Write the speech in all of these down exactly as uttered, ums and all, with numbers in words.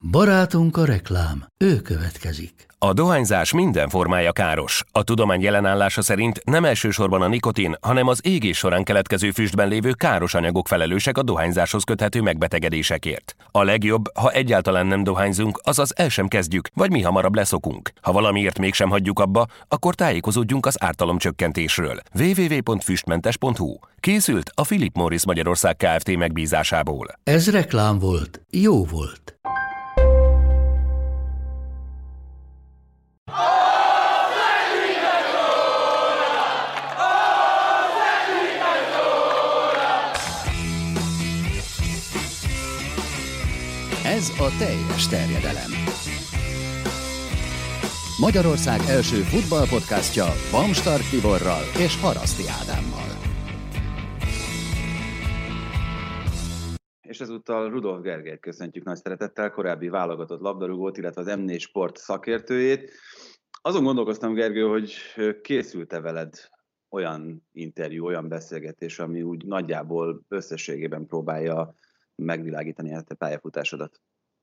Barátunk a reklám, ő következik. A dohányzás minden formája káros. A tudomány jelenállása szerint nem elsősorban a nikotin, hanem az égés során keletkező füstben lévő káros anyagok felelősek a dohányzáshoz köthető megbetegedésekért. A legjobb, ha egyáltalán nem dohányzunk, azaz el sem kezdjük, vagy mi hamarabb leszokunk. Ha valamiért mégsem hagyjuk abba, akkor tájékozódjunk az ártalomcsökkentésről. double-u double-u double-u pont füstmentes pont hu. Készült a Philip Morris Magyarország Kft. Megbízásából. Ez reklám volt, jó volt. Ez a teljes terjedelem. Magyarország első futballpodcastja Bamstart Tiborral és Haraszti Ádámmal. És ezúttal Rudolf Gergelyt köszöntjük nagy szeretettel, korábbi válogatott labdarúgót, illetve az em négy Sport szakértőjét. Azon gondolkoztam, Gergő, hogy készült-e veled olyan interjú, olyan beszélgetés, ami úgy nagyjából összességében próbálja megvilágítani ezt a pályafutásodat?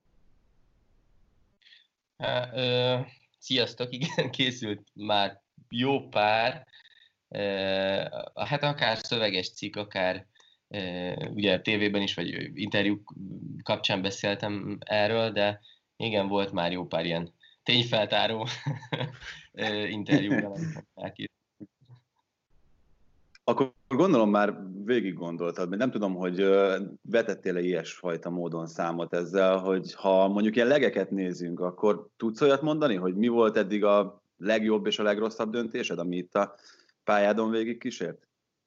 Há, ö, sziasztok, igen, készült már jó pár, ö, hát akár szöveges cikk, akár ö, ugye tévében is, vagy interjúk kapcsán beszéltem erről, de igen, volt már jó pár ilyen tényfeltáró interjú. Akkor gondolom már végig gondoltad, mert nem tudom, hogy vetettél-e ilyesfajta módon számot ezzel, hogy ha mondjuk ilyen legeket nézünk, akkor tudsz olyat mondani, hogy mi volt eddig a legjobb és a legrosszabb döntésed, ami itt a pályádon végig kísért?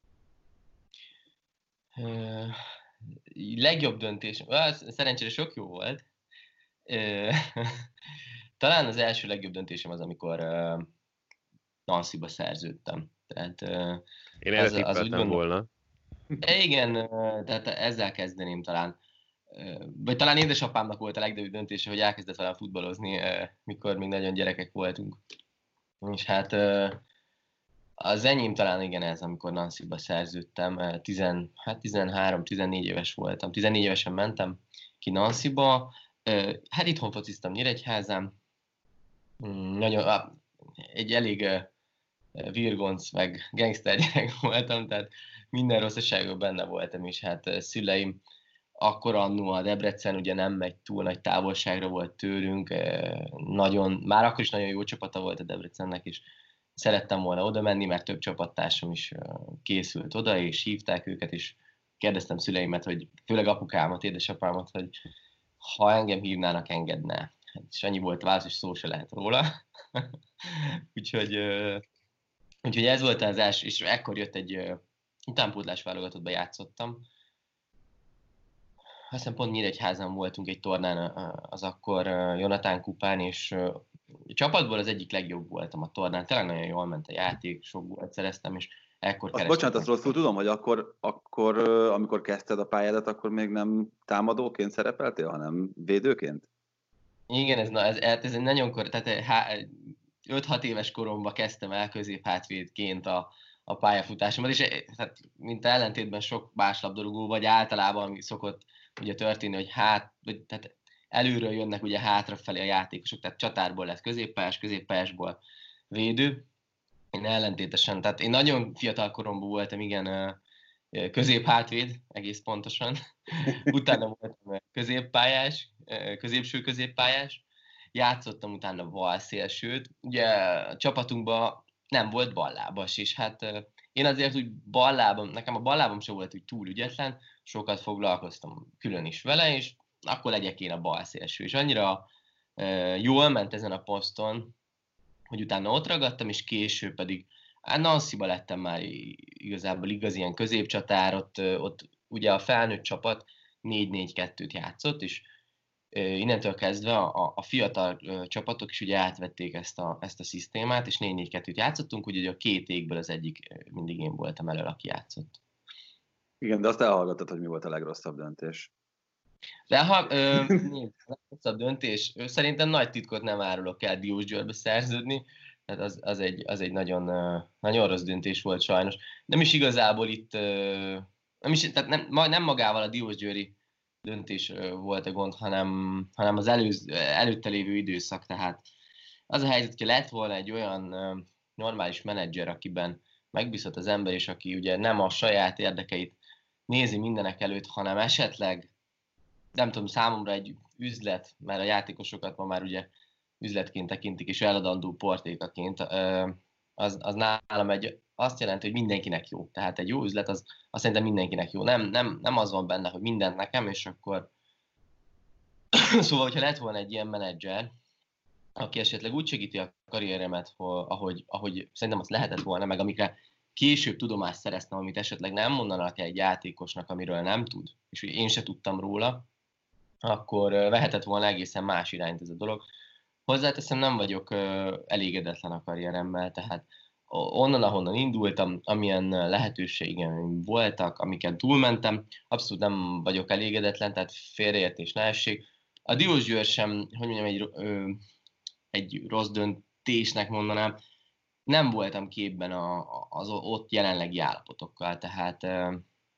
Uh, legjobb döntés? Szerencsére sok jó volt. Uh, talán az első legjobb döntésem az, amikor uh, Nancyba szerződtem. Tehát, uh, Én erre tippeltem gondol... volna. Igen, tehát ezzel kezdeném talán. Vagy talán édesapámnak volt a legjobb döntése, hogy elkezdett velem futballozni, mikor még nagyon gyerekek voltunk. És hát az enyém talán igen ez, amikor Nancyba szerződtem. Tizen, hát tizenhárom-tizennégy éves voltam. tizennégy évesen mentem ki Nancyba. Hát itthon fociztam Nyíregyházán. Nagyon, egy elég virgonc meg gangster gyerek voltam, tehát minden rosszaságban benne voltam, és hát szüleim akkor annó a Debrecen ugye nem megy túl nagy távolságra volt tőlünk, nagyon, már akkor is nagyon jó csapata volt a Debrecennek, és szerettem volna oda menni, mert több csapattársam is készült oda, és hívták őket, és kérdeztem szüleimet, hogy főleg apukámat, édesapámat, hogy ha engem hívnának, engedne. És annyi volt válasz, és szó se lehet róla. Úgyhogy Úgyhogy ez volt az első, és ekkor jött egy uh, utánpótlás válogatottba játszottam. Aztán pont Nyíregyházan voltunk egy tornán uh, az akkor uh, Jonathan kupán, és uh, a csapatból az egyik legjobb voltam a tornán. Tényleg nagyon jól ment a játék, sok gólt szereztem, és ekkor azt bocsánat, azt rosszul tudom, hogy akkor, akkor uh, amikor kezdted a pályádat, akkor még nem támadóként szerepeltél, hanem védőként? Igen, ez, na, ez, ez egy nagyon kor... Tehát, há, öt-hat éves koromban kezdtem el középhátvédként a, a pályafutásomat, és hát, mint ellentétben sok más labdarúgó, vagy általában ami szokott ugye történni, hogy hát, vagy, tehát előről jönnek ugye hátrafelé a játékosok, tehát csatárból lesz középpályás, középpályásból védő. Én ellentétesen, tehát én nagyon fiatal koromban voltam, igen, középhátvéd, egész pontosan. Utána voltam középpályás, középső középpályás, játszottam utána balszélsőt. Ugye a csapatunkban nem volt ballábas, és hát én azért úgy ballábam, nekem a ballábam sem volt úgy túl ügyetlen, sokat foglalkoztam külön is vele, és akkor legyek én a balszélső. És annyira jól ment ezen a poszton, hogy utána ott ragadtam, és később pedig hát Nancyba lettem már igazából igaz ilyen középcsatár, ott, ott ugye a felnőtt csapat négy négy kettőt játszott, és innentől kezdve a, a fiatal csapatok is ugye átvették ezt a, ezt a szisztémát, és négy négy kettőt játszottunk, úgyhogy a két égből az egyik mindig én voltam elől, aki játszott. Igen, de azt elhallgattad, hogy mi volt a legrosszabb döntés. De ha ö, nézd, a legrosszabb döntés, szerintem nagy titkot nem árulok el Diósgyőrbe szerződni, tehát az, az, egy, az egy nagyon, nagyon rossz döntés volt sajnos. Nem is igazából itt, nem, is, tehát nem, nem magával a diósgyőri döntés volt a gond, hanem, hanem az előz, előtte lévő időszak. Tehát az a helyzet, hogy lett volna egy olyan normális menedzser, akiben megbízhat az ember, és aki ugye nem a saját érdekeit nézi mindenek előtt, hanem esetleg, nem tudom, számomra egy üzlet, mert a játékosokat ma már ugye üzletként tekintik, és eladandó portékaként, az, az nálam egy, azt jelenti, hogy mindenkinek jó. Tehát egy jó üzlet, az, az szerintem mindenkinek jó. Nem, nem, nem az van benne, hogy mindent nekem, és akkor... Szóval, hogyha lett volna egy ilyen menedzser, aki esetleg úgy segíti a karrieremet, ahogy, ahogy szerintem azt lehetett volna, meg amikre később tudomást szereztem, amit esetleg nem mondanak egy játékosnak, amiről nem tud, és én se tudtam róla, akkor vehetett volna egészen más irányt ez a dolog. Hozzáteszem, nem vagyok elégedetlen a karrieremmel, tehát onnan, ahonnan indultam, amilyen lehetőségeim voltak, amiket túlmentem, abszolút nem vagyok elégedetlen, tehát félreértés ne essék. A Diósgyőr sem, hogy mondjam, egy, ö, egy rossz döntésnek mondanám, nem voltam képben a, az ott jelenlegi állapotokkal, tehát ö,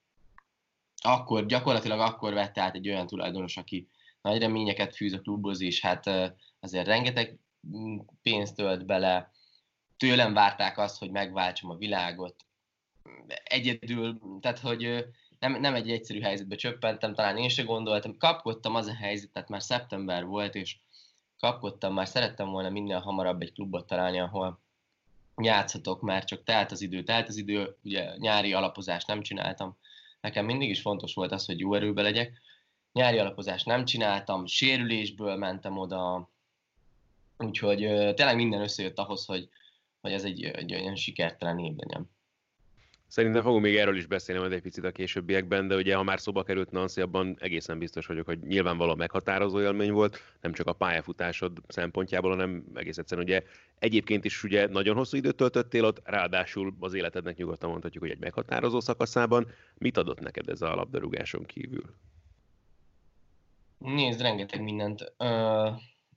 akkor, gyakorlatilag akkor vette át egy olyan tulajdonos, aki nagy reményeket fűz a klubhoz, és hát ö, azért rengeteg pénzt tölt bele, tőlem várták azt, hogy megváltsam a világot. Egyedül, tehát hogy nem, nem egy egyszerű helyzetbe csöppentem, talán én se gondoltam. Kapkodtam, az a helyzet, tehát már szeptember volt, és kapkodtam, már szerettem volna minél hamarabb egy klubot találni, ahol játszhatok, mert csak telt az idő, telt az idő, ugye nyári alapozást nem csináltam. Nekem mindig is fontos volt az, hogy jó erőben legyek. Nyári alapozást nem csináltam, sérülésből mentem oda, úgyhogy tényleg minden összejött ahhoz, hogy hogy ez egy, egy olyan sikertelen év legyen. Szerintem fogunk még erről is beszélni majd egy picit a későbbiekben, de ugye ha már szóba került Nancy, abban egészen biztos vagyok, hogy nyilvánvalóan meghatározó élmény volt, nem csak a pályafutásod szempontjából, hanem egész egyszerűen ugye egyébként is ugye nagyon hosszú időt töltöttél ott, ráadásul az életednek nyugodtan mondhatjuk, hogy egy meghatározó szakaszában. Mit adott neked ez a labdarúgáson kívül? Nézd, rengeteg mindent. Ö...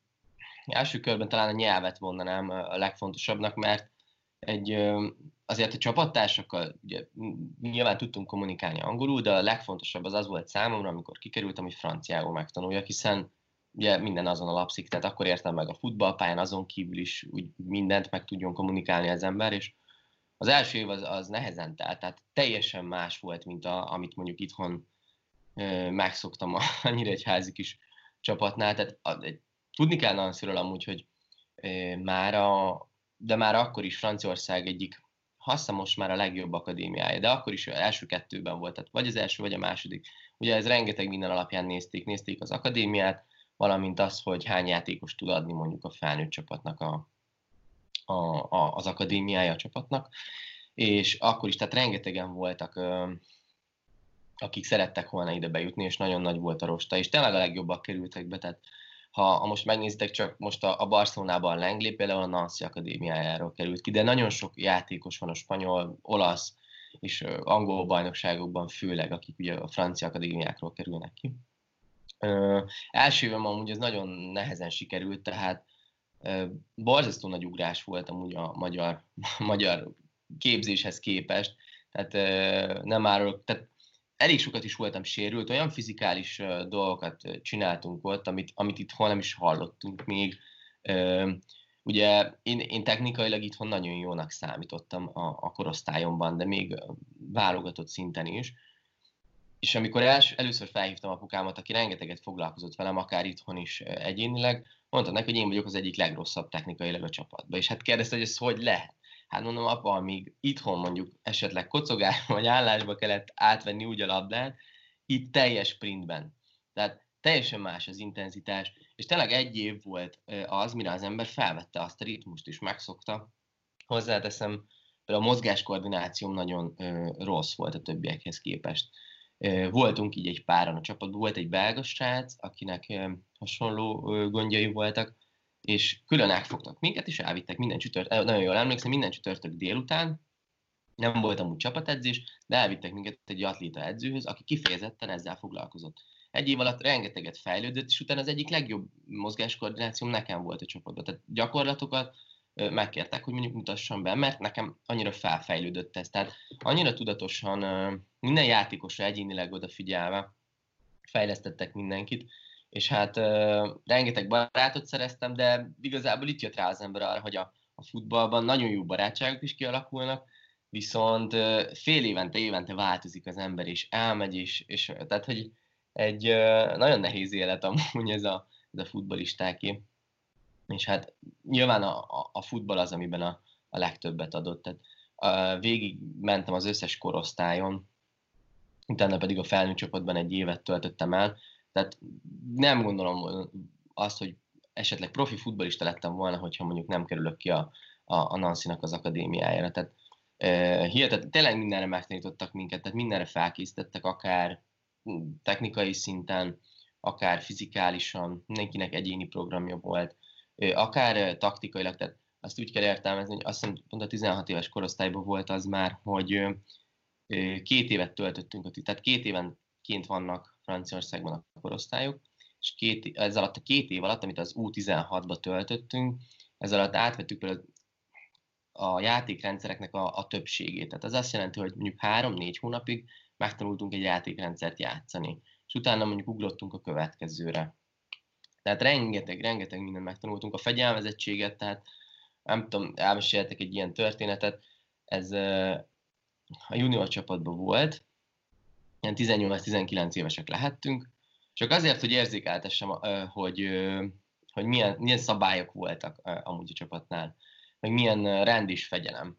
Első körben talán a nyelvet mondanám a legfontosabbnak, mert egy, azért a csapattársakkal ugye, nyilván tudtunk kommunikálni angolul, de a legfontosabb az az volt számomra, amikor kikerültem, hogy franciául megtanuljak, hiszen ugye minden azon alapszik, tehát akkor értem meg a futballpályán, azon kívül is úgy mindent meg tudjon kommunikálni az ember, és az első év az, az nehezen telt, tehát teljesen más volt, mint a, amit mondjuk itthon ö, megszoktam a, a Nyíregyházi kis csapatnál, tehát a, egy, tudni kell Nancyról amúgy, hogy e, már a, de már akkor is Franciaország egyik, hassza most már a legjobb akadémiája, de akkor is első kettőben volt, tehát vagy az első, vagy a második. Ugye ez rengeteg minden alapján nézték, nézték az akadémiát, valamint az, hogy hány játékos tud adni mondjuk a felnőtt csapatnak a, a, a, az akadémiája a csapatnak, és akkor is, tehát rengetegen voltak, ö, akik szerettek volna ide bejutni, és nagyon nagy volt a rosta, és tényleg a legjobbak kerültek be, tehát Ha, ha most megnézitek, csak most a, a Barcelonában Langley például a Nancy akadémiájáról került ki, de nagyon sok játékos van a spanyol, olasz és uh, angol bajnokságokban főleg, akik ugye a francia akadémiákról kerülnek ki. Uh, első évben amúgy ez nagyon nehezen sikerült, tehát uh, borzasztó nagy ugrás volt amúgy a magyar, magyar képzéshez képest, tehát uh, nem árulok, tehát elég sokat is voltam sérült, olyan fizikális uh, dolgokat uh, csináltunk ott, amit, amit itthon nem is hallottunk még. Uh, ugye én, én technikailag itthon nagyon jónak számítottam a, a korosztályomban, de még uh, válogatott szinten is. És amikor els, először felhívtam apukámat, aki rengeteget foglalkozott velem, akár itthon is uh, egyénileg, mondta neki, hogy én vagyok az egyik legrosszabb technikailag a csapatban. És hát kérdezte, hogy ez hogy lehet? Hát mondom, apa, amíg itthon mondjuk esetleg kocogásba vagy állásba kellett átvenni úgy a labdát, itt teljes sprintben. Tehát teljesen más az intenzitás, és tényleg egy év volt az, mire az ember felvette azt a ritmust és megszokta. Hozzáteszem, például a mozgáskoordinációm nagyon rossz volt a többiekhez képest. Voltunk így egy páran a csapatban, volt egy belga srác, akinek hasonló gondjai voltak, és külön elfogtak minket, és elvittek minden csütörtök, nagyon jól emlékszem, minden csütörtök délután, nem volt amúgy csapatedzés, de elvittek minket egy atléta edzőhöz, aki kifejezetten ezzel foglalkozott. Egy év alatt rengeteget fejlődött, és utána az egyik legjobb mozgáskoordinációm nekem volt a csapatban. Tehát gyakorlatokat megkértek, hogy mondjuk mutassam be, mert nekem annyira felfejlődött ez. Tehát annyira tudatosan minden játékosra egyénileg odafigyelve fejlesztettek mindenkit, és hát uh, rengeteg barátot szereztem, de igazából itt jött rá az ember arra, hogy a, a futballban nagyon jó barátságok is kialakulnak, viszont uh, fél évente, évente változik az ember, és elmegy, és, és tehát, hogy egy uh, nagyon nehéz élet amúgy ez a, ez a futballistáké. És hát nyilván a, a, a futball az, amiben a, a legtöbbet adott. Tehát uh, végig mentem az összes korosztályon, utána pedig a felnőtt csapatban egy évet töltöttem el. Tehát nem gondolom azt, hogy esetleg profi futballista lettem volna, hogyha mondjuk nem kerülök ki a, a, a Nancy-nak az akadémiájára. Tehát uh, hihetetlen, tényleg mindenre megtanítottak minket, tehát mindenre felkészítettek, akár technikai szinten, akár fizikálisan, mindenkinek egyéni programja volt, akár taktikailag, tehát azt úgy kell értelmezni, hogy azt hiszem, pont a tizenhat éves korosztályban volt az már, hogy két évet töltöttünk, tehát két évenként vannak Franciaországban a korosztályok, és két, ez alatt a két év alatt, amit az U tizenhatba töltöttünk, ez alatt átvettük például a játékrendszereknek a, a többségét. Tehát az azt jelenti, hogy mondjuk három-négy hónapig megtanultunk egy játékrendszert játszani, és utána mondjuk ugrottunk a következőre. Tehát rengeteg, rengeteg mindent megtanultunk. A fegyelmezettséget, tehát nem tudom, elmeséltek egy ilyen történetet, ez a junior csapatban volt, ilyen tizennyolc-tizenkilenc évesek lehettünk, csak azért, hogy érzékeltessem, hogy, hogy milyen, milyen szabályok voltak amúgy a csapatnál, meg milyen rend és fegyelem.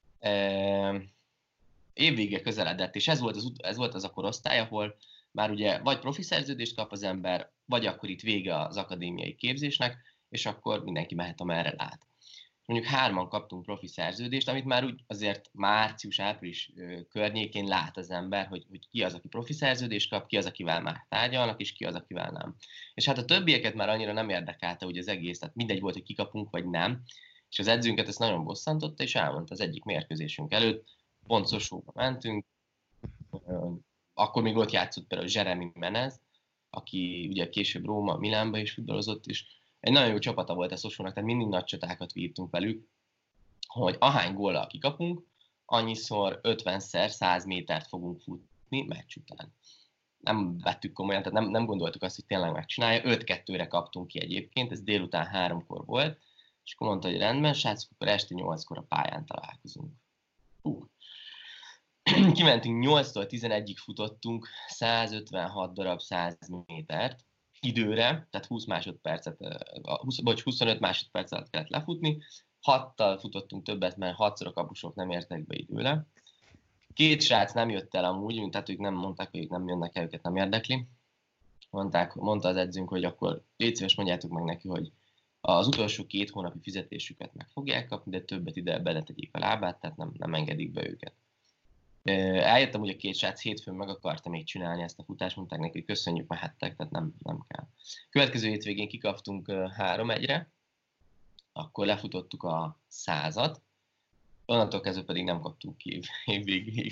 Évvége közeledett, és ez volt, az, ez volt az a korosztály, ahol már ugye vagy profi szerződést kap az ember, vagy akkor itt vége az akadémiai képzésnek, és akkor mindenki mehet, amerre lát. Mondjuk hárman kaptunk profi szerződést, amit már úgy azért március-április környékén lát az ember, hogy, hogy ki az, aki profi szerződést kap, ki az, akivel már tárgyalnak, és ki az, akivel nem. És hát a többieket már annyira nem érdekelte ugye az egész, tehát mindegy volt, hogy kikapunk, vagy nem. És az edzőnket ezt nagyon bosszantotta, és elmondta az egyik mérkőzésünk előtt, pont Szosóba mentünk, akkor még ott játszott például Jeremy Menez, aki ugye később Róma, Milánba is futballozott, és egy nagyon jó csapata volt a Szosónak, tehát mindig nagy csatákat vívtunk velük, hogy ahány góllal kikapunk, annyiszor ötvenszer száz métert fogunk futni meccs után. Nem vettük komolyan, tehát nem, nem gondoltuk azt, hogy tényleg megcsinálja. öt kettőre kaptunk ki egyébként, ez délután háromkor volt, és akkor mondta, hogy rendben, srácok, akkor este nyolckor a pályán találkozunk. Hú. Kimentünk nyolctól tizenegyig futottunk százötvenhat darab száz métert időre, tehát húsz másodpercet, húsz, bocs, huszonöt másodperc alatt kellett lefutni, hattal futottunk többet, mert hatszor a kapusok nem értek be időre. Két srác nem jött el amúgy, tehát ők nem mondták, hogy ők nem jönnek el, őket nem érdekli. Mondták, mondta az edzőnk, hogy akkor légy szíves, mondjátok meg neki, hogy az utolsó két hónapi fizetésüket meg fogják kapni, de többet ide beletegyék a lábát, tehát nem, nem engedik be őket. Eljöttem, hogy a két srác hétfőn meg akarta még csinálni ezt a futást, mondták neki, hogy köszönjük, mehettek, tehát nem, nem kell. Következő hétvégén kikaptunk három egyre, akkor lefutottuk a százat, onnantól kezdve pedig nem kaptunk ki év, év végéig.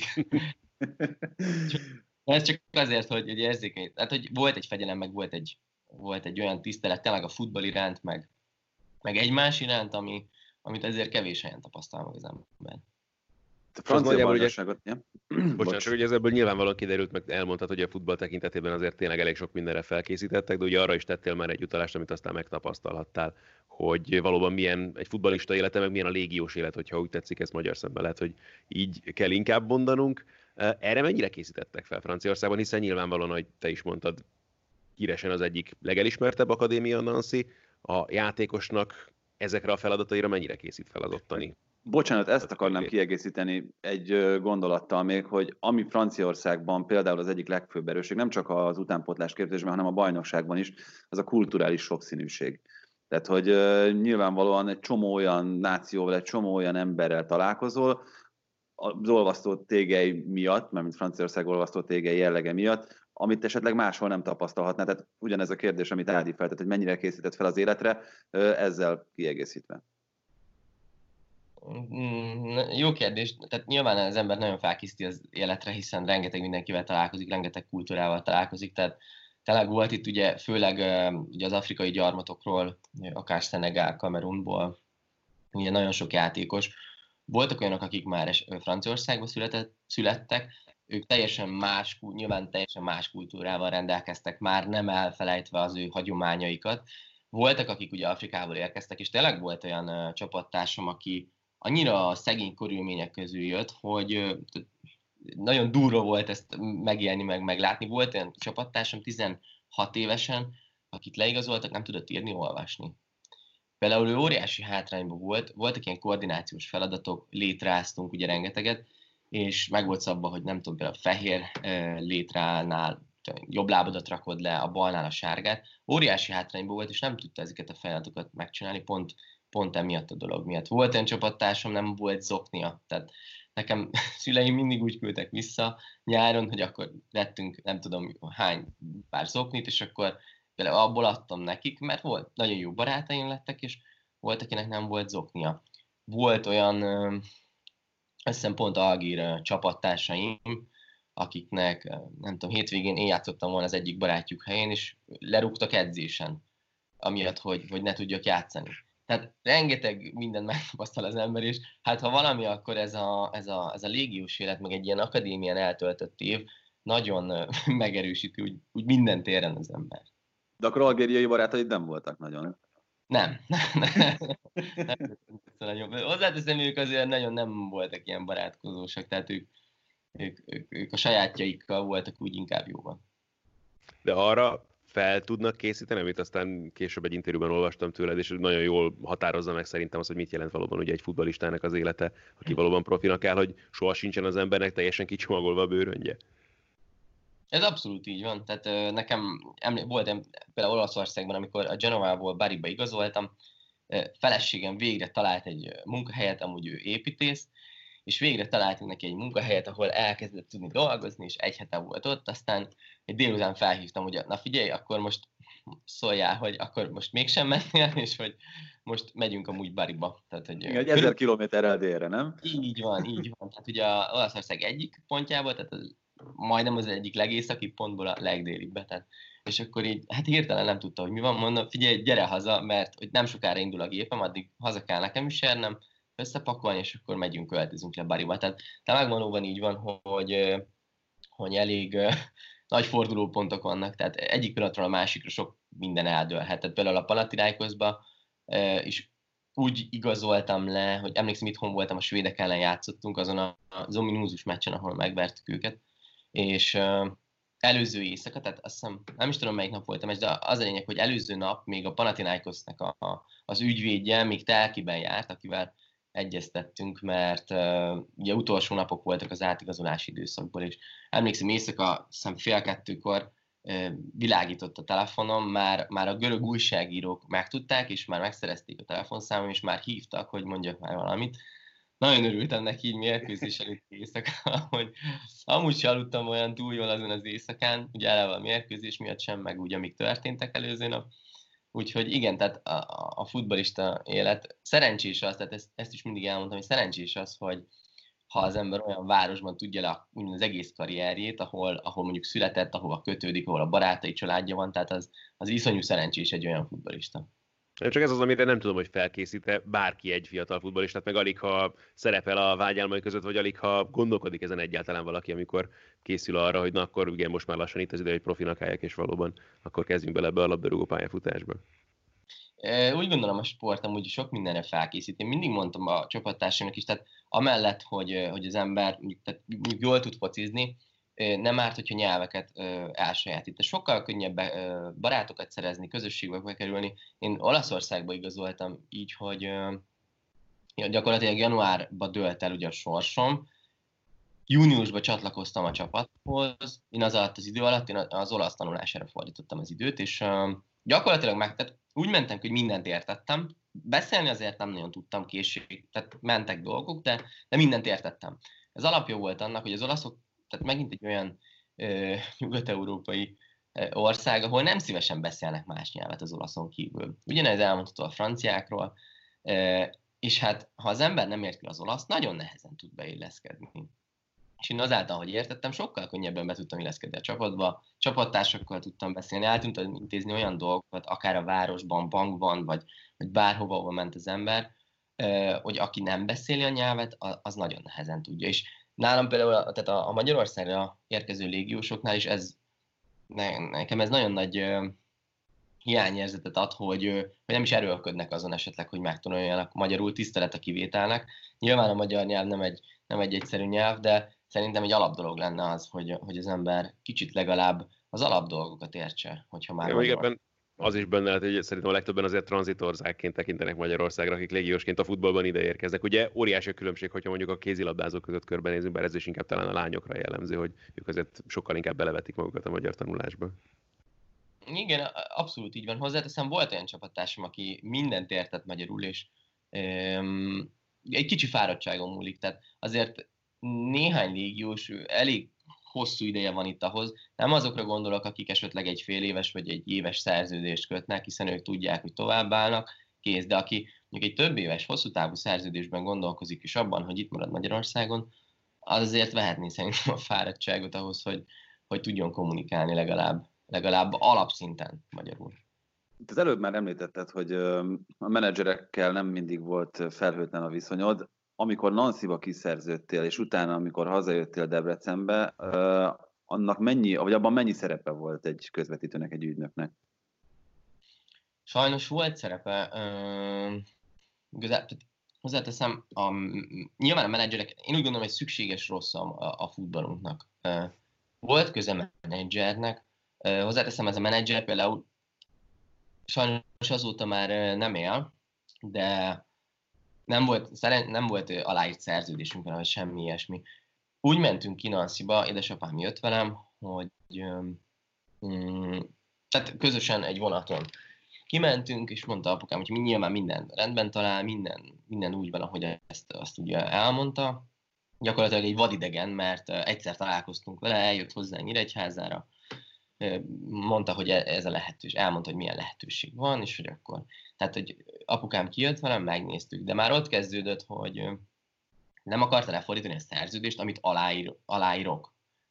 Ez csak azért, hogy, hogy érzékeny, tehát hogy volt egy fegyelem, meg volt egy, volt egy olyan tisztelet tényleg a futball iránt, meg, meg egymás iránt, ami, amit ezért kevés helyen tapasztal meg az ember. A francia bajnokságot, ja? Bocsánat, csak hogy ez ebből nyilvánvalóan kiderült, meg elmondtad, hogy a futball tekintetében azért tényleg elég sok mindenre felkészítettek, de ugye arra is tettél már egy utalást, amit aztán megtapasztalhattál, hogy valóban milyen egy futballista élete, meg milyen a légiós élet, hogyha úgy tetszik, ezt magyar szemben lehet, hogy így kell inkább mondanunk. Erre mennyire készítettek fel Franciaországban, hiszen nyilvánvalóan, hogy te is mondtad, híresen az egyik legelismertebb akadémia Nancy, a játékosnak ezekre a feladataira mennyire készít fel az ottani? Bocsánat, ezt akarnám kiegészíteni egy gondolattal még, hogy ami Franciaországban például az egyik legfőbb erősség, nem csak az utánpótlás képzésben, hanem a bajnokságban is, az a kulturális sokszínűség. Tehát, hogy nyilvánvalóan egy csomó olyan nációval, egy csomó olyan emberrel találkozol, az olvasztó tégely miatt, mármint Franciaország olvasztó tégely jellege miatt, amit esetleg máshol nem tapasztalhatná. Tehát ugyanez a kérdés, amit Ádi feltett, hogy mennyire készített fel az életre, ezzel kiegészítve. Jó kérdés. Tehát nyilván az ember nagyon felkészíti az életre, hiszen rengeteg mindenkivel találkozik, rengeteg kultúrával találkozik, tehát tényleg volt itt ugye főleg ugye az afrikai gyarmatokról, akár Szenegál, Kamerunból, ugye nagyon sok játékos. Voltak olyanok, akik már Franciaországban született, születtek, ők teljesen más, nyilván teljesen más kultúrával rendelkeztek már, nem elfelejtve az ő hagyományaikat. Voltak, akik ugye Afrikából érkeztek, és tényleg volt olyan uh, csapattársam, aki annyira szegény körülmények közül jött, hogy uh, nagyon durva volt ezt megélni, meg meglátni. Volt olyan csapattársam tizenhat évesen, akit leigazoltak, nem tudott írni, olvasni. Például ő óriási hátrányban volt, voltak ilyen koordinációs feladatok, létráztunk ugye rengeteget, és meg volt szabva, hogy nem tudom, például a fehér uh, létránál jobb lábadat rakod le, a balnál a sárgát. Óriási hátrányban volt, és nem tudta ezeket a feladatokat megcsinálni, pont, pont emiatt a dolog miatt. Volt olyan csapattársam, nem volt zoknia, tehát nekem szüleim mindig úgy küldtek vissza nyáron, hogy akkor vettünk nem tudom hány pár zoknit, és akkor például abból adtam nekik, mert volt, nagyon jó barátaim lettek, és volt, akinek nem volt zoknia. Volt olyan, azt hiszem pont algír csapattársaim, akiknek, nem tudom, hétvégén én játszottam volna az egyik barátjuk helyén, és lerúgtak edzésen, amiatt, hogy, hogy ne tudjak játszani. Tehát rengeteg mindent megtapasztal az ember, és hát ha valami, akkor ez a, ez a, ez a légiós élet, meg egy ilyen akadémián eltöltött év nagyon megerősíti úgy, úgy minden téren az ember. De akkor algériai barátaid nem voltak nagyon. Nem. nem, nem, nem. Hozzáteszem, ők azért nagyon nem voltak ilyen barátkozósak, tehát ők, ők, ők, ők a sajátjaikkal voltak úgy inkább jóban. De arra fel tudnak készíteni, amit aztán később egy interjúban olvastam tőled, és nagyon jól határozza meg szerintem az, hogy mit jelent valóban ugye egy futballistának az élete, aki valóban profinak áll, hogy soha sincsen az embernek teljesen kicsomagolva a bőröndje. Ez abszolút így van. Tehát uh, nekem eml- volt például Olaszországban, amikor a Genovából Bariba igazoltam, uh, feleségem végre talált egy munkahelyet, amúgy ő építész, és végre találtunk neki egy munkahelyet, ahol elkezdett tudni dolgozni, és egy hete volt ott, aztán egy délután felhívtam, hogy na figyelj, akkor most szóljál, hogy akkor most mégsem mennél, és hogy most megyünk amúgy Bariba. Tehát, hogy egy ezer kilométerrel délre, nem? Így van, így van. Tehát ugye a Olaszország egyik pontjából, tehát az, majdnem az egyik legészakibb pontból a legdélibbe. Tehát, és akkor így, hát hirtelen nem tudta, hogy mi van, mondom, figyelj, gyere haza, mert hogy nem sokára indul a gépem, addig haza kell nekem is érnem, összepakolni, és akkor megyünk, költözünk le Bariba. Tehát megvalóban így van, hogy, hogy elég nagy fordulópontok vannak, tehát egyik pillanatról a másikra sok minden eldőlhet. Tehát például a Panathinaikosba is úgy igazoltam le, hogy emlékszem, itthon voltam, a svédek ellen játszottunk azon a ominózus meccsen, ahol megvertük őket, és előző éjszaka, tehát azt hiszem, nem is tudom melyik nap voltam, de az a lényeg, hogy előző nap még a Panathinaikosnak a, a, az ügyvédje még telkiben járt, akivel egyeztettünk, mert uh, ugye utolsó napok voltak az átigazolási időszakból, és emlékszem, éjszaka, hiszem fél kettőkor uh, világított a telefonom, már, már a görög újságírók megtudták, és már megszerezték a telefonszámom, és már hívtak, hogy mondjak már valamit. Nagyon örültem neki így mérkőzés előtt éjszaka, hogy amúgy sem aludtam olyan túl jól azon az éjszakán, ugye eleve a mérkőzés miatt sem, meg úgy, amik történtek előző nap. Úgyhogy igen, tehát a, a futballista élet szerencsés az, tehát ezt, ezt is mindig elmondtam, hogy szerencsés az, hogy ha az ember olyan városban tudja le úgymond az egész karrierjét, ahol, ahol mondjuk született, ahova kötődik, ahol a barátai családja van, tehát az, az iszonyú szerencsés egy olyan futballista. Csak ez az, amire nem tudom, hogy felkészít-e bárki egy fiatal futballistát, meg alig ha szerepel a vágyálmai között, vagy alig ha gondolkodik ezen egyáltalán valaki, amikor készül arra, hogy na akkor igen, most már lassan itt az ide, hogy profinak álljak, és valóban akkor kezdjünk bele ebbe a labdarúgó pályafutásba. Úgy gondolom, a sport amúgy sok mindenre felkészít. Én mindig mondtam a csapattársaimnak is, tehát amellett, hogy, hogy az ember mondjuk, tehát mondjuk jól tud focizni, nem árt, hogyha nyelveket elsajátít. Sokkal könnyebb barátokat szerezni, közösségbe bekerülni. Én Olaszországba igazoltam így, hogy gyakorlatilag januárban dőlt el ugye a sorsom, júniusban csatlakoztam a csapathoz, én az alatt az idő alatt én az olasz tanulására fordítottam az időt, és gyakorlatilag meg, tehát úgy mentem, hogy mindent értettem, beszélni azért nem nagyon tudtam, készség, tehát mentek dolgok, de, de mindent értettem. Ez alapja volt annak, hogy az olaszok, tehát megint egy olyan ö, nyugat-európai ö, ország, ahol nem szívesen beszélnek más nyelvet az olaszon kívül. Ugyanez elmondható a franciákról, ö, és hát ha az ember nem érti az olasz, nagyon nehezen tud beilleszkedni. És én azáltal, hogy értettem, sokkal könnyebben be tudtam illeszkedni a csapatba, csapattársakkal tudtam beszélni, el tudtam intézni olyan dolgokat, akár a városban, bankban, vagy, vagy bárhova, ahova ment az ember, hogy aki nem beszéli a nyelvet, az nagyon nehezen tudja. És nálam például tehát a, a Magyarországra érkező légiósoknál is ez, ne, nekem ez nagyon nagy uh, hiányérzetet ad, hogy, uh, hogy nem is erőlködnek azon esetleg, hogy megtanuljanak magyarul, tisztelet a kivételnek. Nyilván a magyar nyelv nem egy, nem egy egyszerű nyelv, de szerintem egy alapdolog lenne az, hogy, hogy az ember kicsit legalább az alapdolgokat értse, hogyha már... Ja, még ebben az is benne lehet, hogy szerintem a legtöbben azért tranzitországként tekintenek Magyarországra, akik légiósként a futballban ide érkeznek. Ugye óriási a különbség, hogyha mondjuk a kézilabdázók között körbenézünk, bár ez is inkább talán a lányokra jellemző, hogy ők azért sokkal inkább belevetik magukat a magyar tanulásba. Igen, abszolút így van. Hozzáteszem, volt olyan csapattársam, aki mindent értett magyarul, és um, egy kicsi fáradtságon múlik. Tehát azért néhány légiós elég hosszú ideje van itt ahhoz. Nem azokra gondolok, akik esetleg egy fél éves vagy egy éves szerződést kötnek, hiszen ők tudják, hogy továbbállnak, kész. De aki mondjuk egy több éves, hosszú távú szerződésben gondolkozik, és abban, hogy itt marad Magyarországon, az azért vehetné szerintem a fáradtságot ahhoz, hogy, hogy tudjon kommunikálni legalább, legalább alapszinten magyarul. Itt az előbb már említetted, hogy a menedzserekkel nem mindig volt felhőtlen a viszonyod. Amikor Nancyba kiszerződtél, és utána, amikor hazajöttél Debrecenbe, annak mennyi, vagy abban mennyi szerepe volt egy közvetítőnek, egy ügynöknek? Sajnos volt szerepe. Hozzáteszem, a, nyilván a menedzserek, én úgy gondolom, hogy szükséges rossz a, a futballunknak. Volt köze menedzsernek, hozzáteszem, ez a menedzser például sajnos azóta már nem él, de nem volt, nem volt aláírt szerződésünk, vagy semmi ilyesmi. Úgy mentünk ki Nancyba, édesapám jött velem, hogy um, tehát közösen egy vonaton kimentünk, és mondta apukám, hogy nyilván minden rendben talál, minden, minden úgy van, ahogy ezt azt ugye elmondta. Gyakorlatilag egy vadidegen, mert egyszer találkoztunk vele, eljött hozzá Nyíregyházára, mondta, hogy ez a lehetőség, elmondta, hogy milyen lehetőség van, és hogy akkor, tehát, hogy apukám kijött velem, megnéztük, de már ott kezdődött, hogy nem akarta lefordítani a szerződést, amit aláír, aláírok.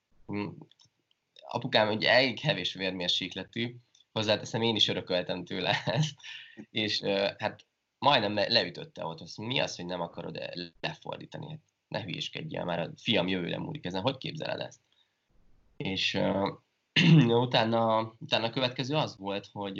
Apukám ugye elég hevés vérmérsékletű, hozzáteszem, én is örököltem tőle ezt, és hát majdnem leütötte ott, azt mi az, hogy nem akarod lefordítani, hát ne hülyéskedjél, már a fiam jövőre múlik ezen, hogy képzeled ezt? És uh, utána, utána a következő az volt, hogy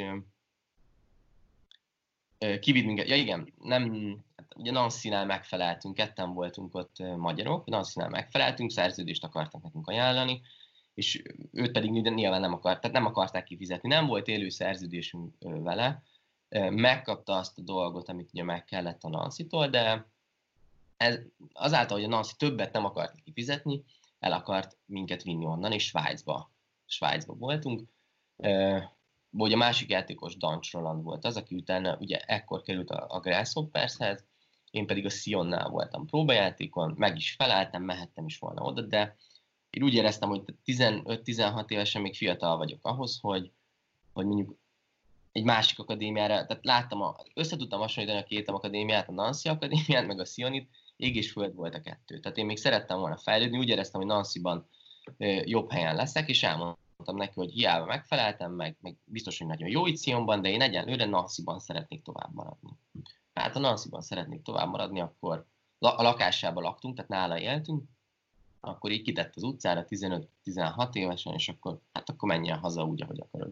uh, kivitt minket, ja igen, nem, hát ugye Nancy-nál megfeleltünk, ketten voltunk ott uh, magyarok, Nancy-nál megfeleltünk, szerződést akartak nekünk ajánlani, és őt pedig nyilván nem akart, tehát nem akarták kifizetni, nem volt élő szerződésünk uh, vele, uh, megkapta azt a dolgot, amit ugye meg kellett a Nancy-tól, de ez, azáltal, hogy a Nancy többet nem akart kifizetni, el akart minket vinni onnan, és Svájcba, Svájcba voltunk. Uh, ugye a másik játékos Dancs Roland volt az, aki utána ugye ekkor került a, a Grasshoppershez, én pedig a Sionnál voltam próbajátékon, meg is feleltem, mehettem is volna oda, de én úgy éreztem, hogy tizenöt-tizenhat évesen még fiatal vagyok ahhoz, hogy, hogy mondjuk egy másik akadémiára, tehát láttam, a, össze tudtam hasonlítani a két akadémiát, a Nancy akadémiát, meg a Sionnit, ég és föld volt a kettő. Tehát én még szerettem volna fejlődni, úgy éreztem, hogy Nancyban ö, jobb helyen leszek, és elmondtam neki, hogy hiába megfeleltem, meg, meg biztos, hogy nagyon jó itt Sionban, de én egyenlőre Nancyban szeretnék tovább maradni. Hát ha Nancyban szeretnék tovább maradni, akkor a lakásában laktunk, tehát nála éltünk, akkor így kitett az utcára tizenöt-tizenhat évesen, és akkor, hát akkor menjen haza úgy, ahogy akarod.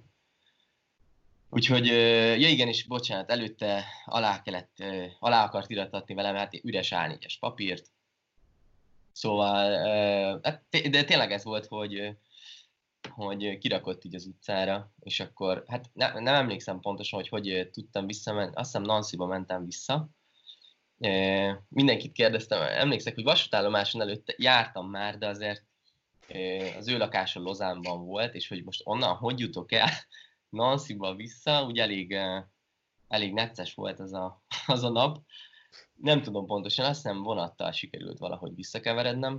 Úgyhogy, ja igen, és bocsánat, előtte alá kellett, alá akart iratatni velem, hát üres á négyes papírt. Szóval, de tényleg ez volt, hogy, hogy kirakott így az utcára, és akkor, hát ne, nem emlékszem pontosan, hogy hogy tudtam visszamenni, azt hiszem Nancyba mentem vissza. Mindenkit kérdeztem, emlékszek, hogy vasútállomáson előtt jártam már, de azért az ő lakása Lozánban volt, és hogy most onnan hogy jutok el Nancyba vissza, úgy elég, elég necces volt az a, az a nap. Nem tudom pontosan, azt hiszem vonattal sikerült valahogy visszakeverednem,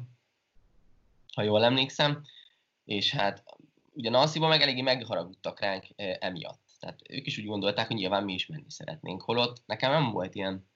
ha jól emlékszem. És hát ugye Nancyba meg eléggé megharagudtak ránk emiatt. Tehát ők is úgy gondolták, hogy nyilván mi is menni szeretnénk. Holott nekem nem volt ilyen,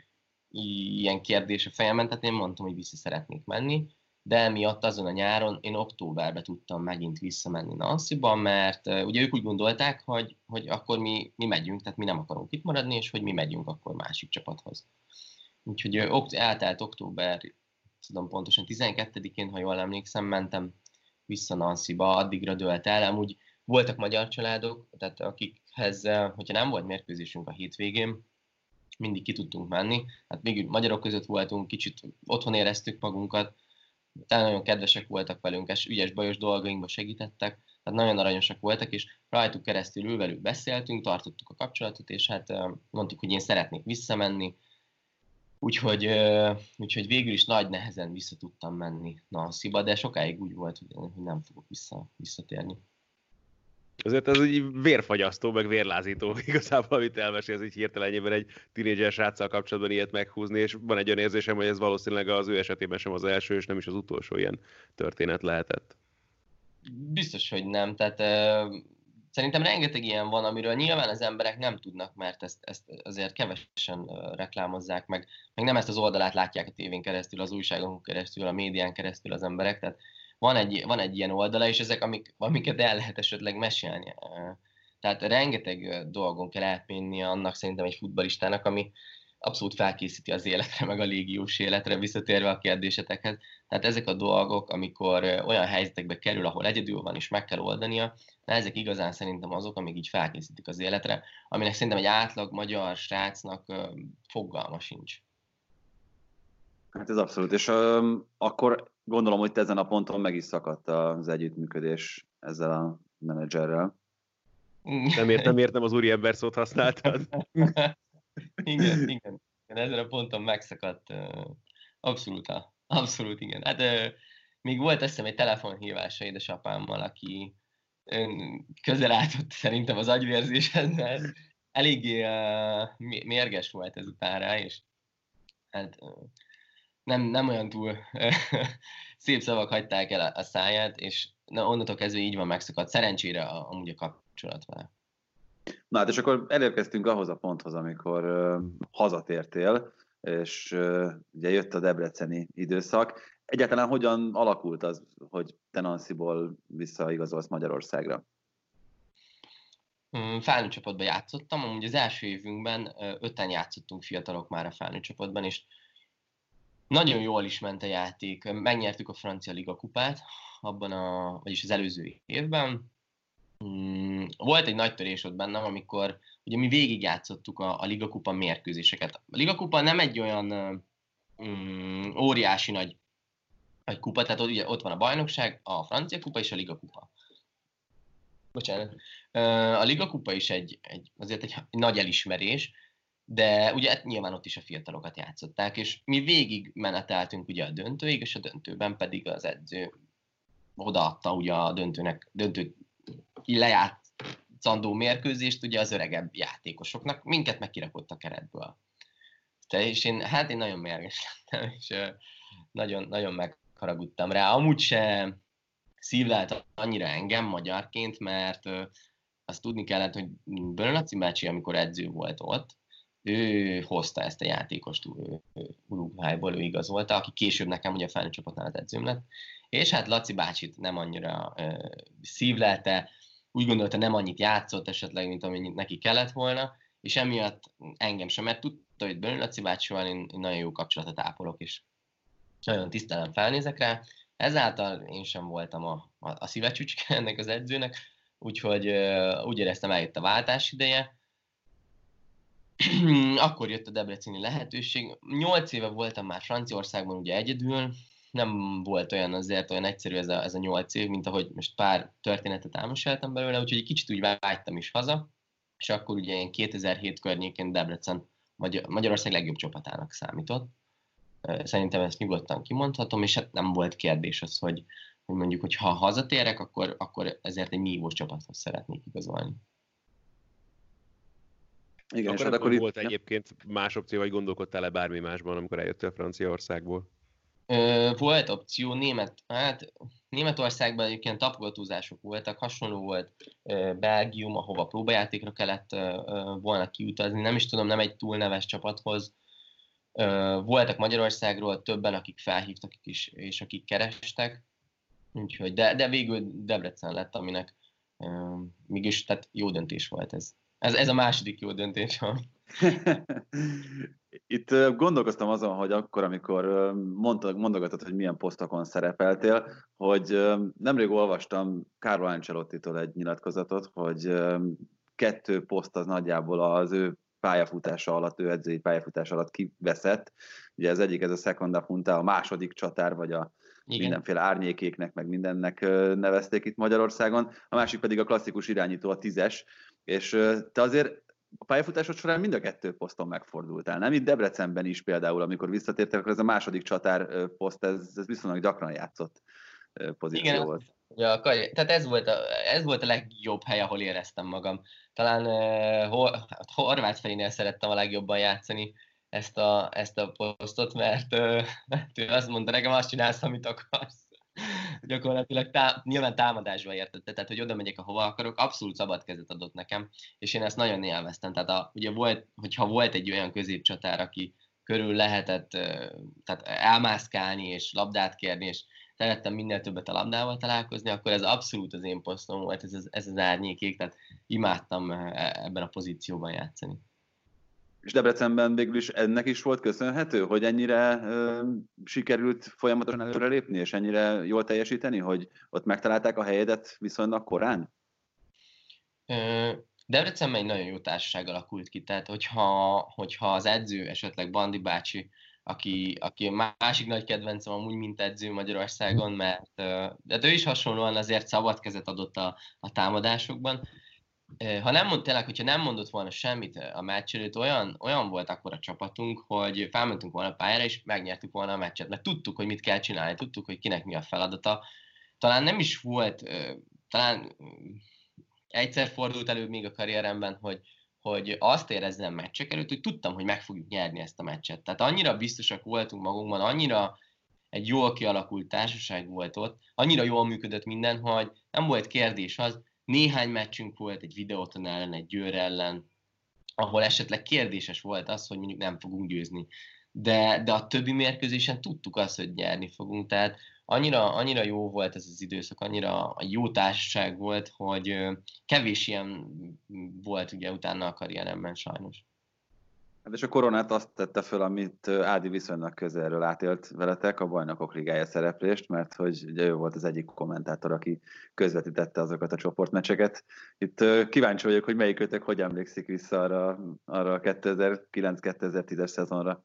ilyen kérdés a fejemben, tehát én mondtam, hogy vissza szeretnék menni. De emiatt azon a nyáron én októberben tudtam megint visszamenni Nancyba, mert uh, ugye ők úgy gondolták, hogy, hogy akkor mi, mi megyünk, tehát mi nem akarunk itt maradni, és hogy mi megyünk akkor másik csapathoz. Úgyhogy uh, okt- eltelt október tudom pontosan, tizenkettedikén, ha jól emlékszem, mentem vissza Nancyba, addigra dőlt el. Amúgy voltak magyar családok, tehát akikhez, hogyha nem volt mérkőzésünk a hétvégén, mindig ki tudtunk menni. Hát még magyarok között voltunk, kicsit otthon éreztük magunkat, tehát nagyon kedvesek voltak velünk, és ügyes bajos dolgainkba segítettek, tehát nagyon aranyosak voltak, és rajtuk keresztül velük beszéltünk, tartottuk a kapcsolatot, és hát mondtuk, hogy én szeretnék visszamenni, úgyhogy, úgyhogy végül is nagy nehezen vissza tudtam menni Nancyba, de sokáig úgy volt, hogy nem fogok vissza, visszatérni. Azért ez így vérfagyasztó, meg vérlázító igazából, amit elmesélsz így hirtelenjében egy tínédzser sráccal kapcsolatban ilyet meghúzni, és van egy olyan érzésem, hogy ez valószínűleg az ő esetében sem az első, és nem is az utolsó ilyen történet lehetett. Biztos, hogy nem. Tehát uh, szerintem rengeteg ilyen van, amiről nyilván az emberek nem tudnak, mert ezt, ezt azért kevesen uh, reklámozzák, meg, meg nem ezt az oldalát látják a tévén keresztül, az újságokon keresztül, a médián keresztül az emberek, tehát van egy, van egy ilyen oldala, és ezek, amik, amiket el lehet esetleg mesélni. Tehát rengeteg dolgon kell átmennie annak szerintem egy futballistának, ami abszolút felkészíti az életre, meg a légiós életre, visszatérve a kérdésetekhez. Tehát ezek a dolgok, amikor olyan helyzetekbe kerül, ahol egyedül van, és meg kell oldania, na ezek igazán szerintem azok, amik így felkészítik az életre, aminek szerintem egy átlag magyar srácnak fogalma sincs. Hát ez abszolút, és um, akkor gondolom, hogy te ezen a ponton meg is szakadt az együttműködés ezzel a menedzserrel. Nem értem, miért nem az úriember szót használtad? igen, igen, ezen a ponton megszakadt. Abszolút, abszolút igen. Hát még volt azt hiszem egy telefonhívása édesapámmal, aki közel állt szerintem az agyvérzéshez, mert eléggé mérges volt ezután rá, és hát nem, nem olyan túl szép szavak hagyták el a száját, és na, onnantól kezdve így van megszakadt. Szerencsére a, amúgy a kapcsolat vele. Na hát, és akkor elérkeztünk ahhoz a ponthoz, amikor uh, hazatértél, és uh, ugye jött a debreceni időszak. Egyáltalán hogyan alakult az, hogy te Nancyból visszaigazolsz Magyarországra? Felnőtt csapatban játszottam, amúgy az első évünkben öten játszottunk fiatalok már a felnőtt csapatban, és nagyon jól is ment a játék. Megnyertük a francia liga kupát abban a, vagyis az előző évben. Volt egy nagy törés ott bennem, amikor ugye mi végigjátszottuk a, a liga kupa mérkőzéseket. A liga kupa nem egy olyan um, óriási nagy, nagy kupa, tehát ott, ugye, ott van a bajnokság, a francia kupa és a liga kupa. Bocsánat. A liga kupa is egy, egy, azért egy nagy elismerés, de ugye hát nyilván ott is a fiatalokat játszották, és mi végig meneteltünk ugye a döntőig, és a döntőben pedig az edző odaadta ugye a döntőnek, döntő lejátszandó mérkőzést ugye az öregebb játékosoknak, minket meg kirakott a keretből. Te, és én, hát én nagyon mérges lettem, és nagyon, nagyon megharagudtam rá. Amúgy se szívlelt annyira engem magyarként, mert azt tudni kellett, hogy Bölön Laci bácsi, amikor edző volt ott, ő hozta ezt a játékost Uruguayból, ő igazolta, aki később nekem ugye a felnőtt csapatnál az edzőm lett, és hát Laci bácsit nem annyira uh, szívlelte, úgy gondolta, nem annyit játszott esetleg, mint amennyit neki kellett volna, és emiatt engem sem, mert tudta, hogy Bölön Laci bácsival én, én nagyon jó kapcsolatot ápolok, és nagyon tisztelen felnézek rá, ezáltal én sem voltam a, a, a szívecsücske ennek az edzőnek, úgyhogy uh, úgy éreztem, eljött a váltás ideje. Akkor jött a debreceni lehetőség. Nyolc éve voltam már Franciaországban ugye egyedül, nem volt olyan azért olyan egyszerű ez a, ez a nyolc év, mint ahogy most pár történetet elmeséltem belőle, úgyhogy egy kicsit úgy vágytam is haza, és akkor ugye én kétezer-hét környékén Debrecen Magyar, Magyarország legjobb csapatának számított. Szerintem ezt nyugodtan kimondhatom, és hát nem volt kérdés az, hogy, hogy mondjuk, hogy ha hazatérek, akkor, akkor ezért egy nívós csapathoz szeretnék igazolni. Igen, akkor, és akkor volt itt... egyébként más opció, vagy gondolkodtál-e bármi másban, amikor eljöttél Franciaországból? Volt opció, német, hát Németországban egyébként tapogatózások voltak, hasonló volt Belgium, ahova próbajátékra kellett volna kiutazni, nem is tudom, nem egy túl neves csapathoz. Voltak Magyarországról többen, akik felhívtak is, és akik kerestek, úgyhogy, de, de végül Debrecen lett, aminek mégis tehát jó döntés volt ez. Ez, ez a második jó döntés. Itt gondolkoztam azon, hogy akkor, amikor mondogatod, hogy milyen posztokon szerepeltél, hogy nemrég olvastam Carlo Ancelottitól egy nyilatkozatot, hogy kettő poszt az nagyjából az ő pályafutása alatt, ő edzői pályafutása alatt kiveszett. Ugye az egyik ez a Seconda Punta, a második csatár, vagy a igen. mindenféle árnyékéknek, meg mindennek nevezték itt Magyarországon. A másik pedig a klasszikus irányító, a tízes. És te azért a pályafutásod során mind a kettő poszton megfordultál, nem? Itt Debrecenben is például, amikor visszatértek, akkor ez a második csatár poszt, ez, ez viszonylag gyakran játszott pozíció igen, volt. Ja, tehát ez volt, a, ez volt a legjobb hely, ahol éreztem magam. Talán uh, Horváth-Ferénél szerettem a legjobban játszani ezt a, ezt a posztot, mert uh, ő azt mondta, nekem azt csinálsz, amit akarsz. Gyakorlatilag tá- nyilván támadásba értette, tehát hogy oda megyek, ahova akarok, abszolút szabad kezet adott nekem, és én ezt nagyon élveztem. Tehát a, ugye volt, hogyha volt egy olyan középcsatár, aki körül lehetett tehát elmászkálni és labdát kérni, és szerettem minél többet a labdával találkozni, akkor ez abszolút az én posztom volt, ez az, ez az árnyékék, tehát imádtam ebben a pozícióban játszani. És Debrecenben végül is ennek is volt köszönhető, hogy ennyire ö, sikerült folyamatosan előrelépni, és ennyire jól teljesíteni, hogy ott megtalálták a helyedet viszonylag korán? Debrecenben egy nagyon jó társaság alakult ki, tehát hogyha, hogyha az edző, esetleg Bandi bácsi, aki, aki másik nagy kedvencem amúgy, mint edző Magyarországon, mert de ő is hasonlóan azért szabad kezet adott a, a támadásokban. Ha nem mond, tényleg, hogyha nem mondott volna semmit a meccs előtt, olyan, olyan volt akkor a csapatunk, hogy felmentünk volna a pályára, és megnyertük volna a meccset, mert tudtuk, hogy mit kell csinálni, tudtuk, hogy kinek mi a feladata. Talán nem is volt, talán egyszer fordult elő még a karrieremben, hogy, hogy azt érezzem meccsek előtt, hogy tudtam, hogy meg fogjuk nyerni ezt a meccset. Tehát annyira biztosak voltunk magunkban, annyira egy jól kialakult társaság volt ott, annyira jól működött minden, hogy nem volt kérdés az. Néhány meccsünk volt egy Videóton ellen, egy Győr ellen, ahol esetleg kérdéses volt az, hogy mondjuk nem fogunk győzni. De, de a többi mérkőzésen tudtuk azt, hogy nyerni fogunk. Tehát annyira, annyira jó volt ez az időszak, annyira jó társaság volt, hogy kevés ilyen volt ugye utána a karrieremben sajnos. Hát és a koronát azt tette föl, amit Ádi viszonylag közelről átélt veletek, a Bajnokok Ligája szereplést, mert hogy ugye ő volt az egyik kommentátor, aki közvetítette azokat a csoportmeccseket. Itt kíváncsi vagyok, hogy melyikötök hogy emlékszik vissza arra, arra a kétezer-kilenc kétezer-tízes szezonra.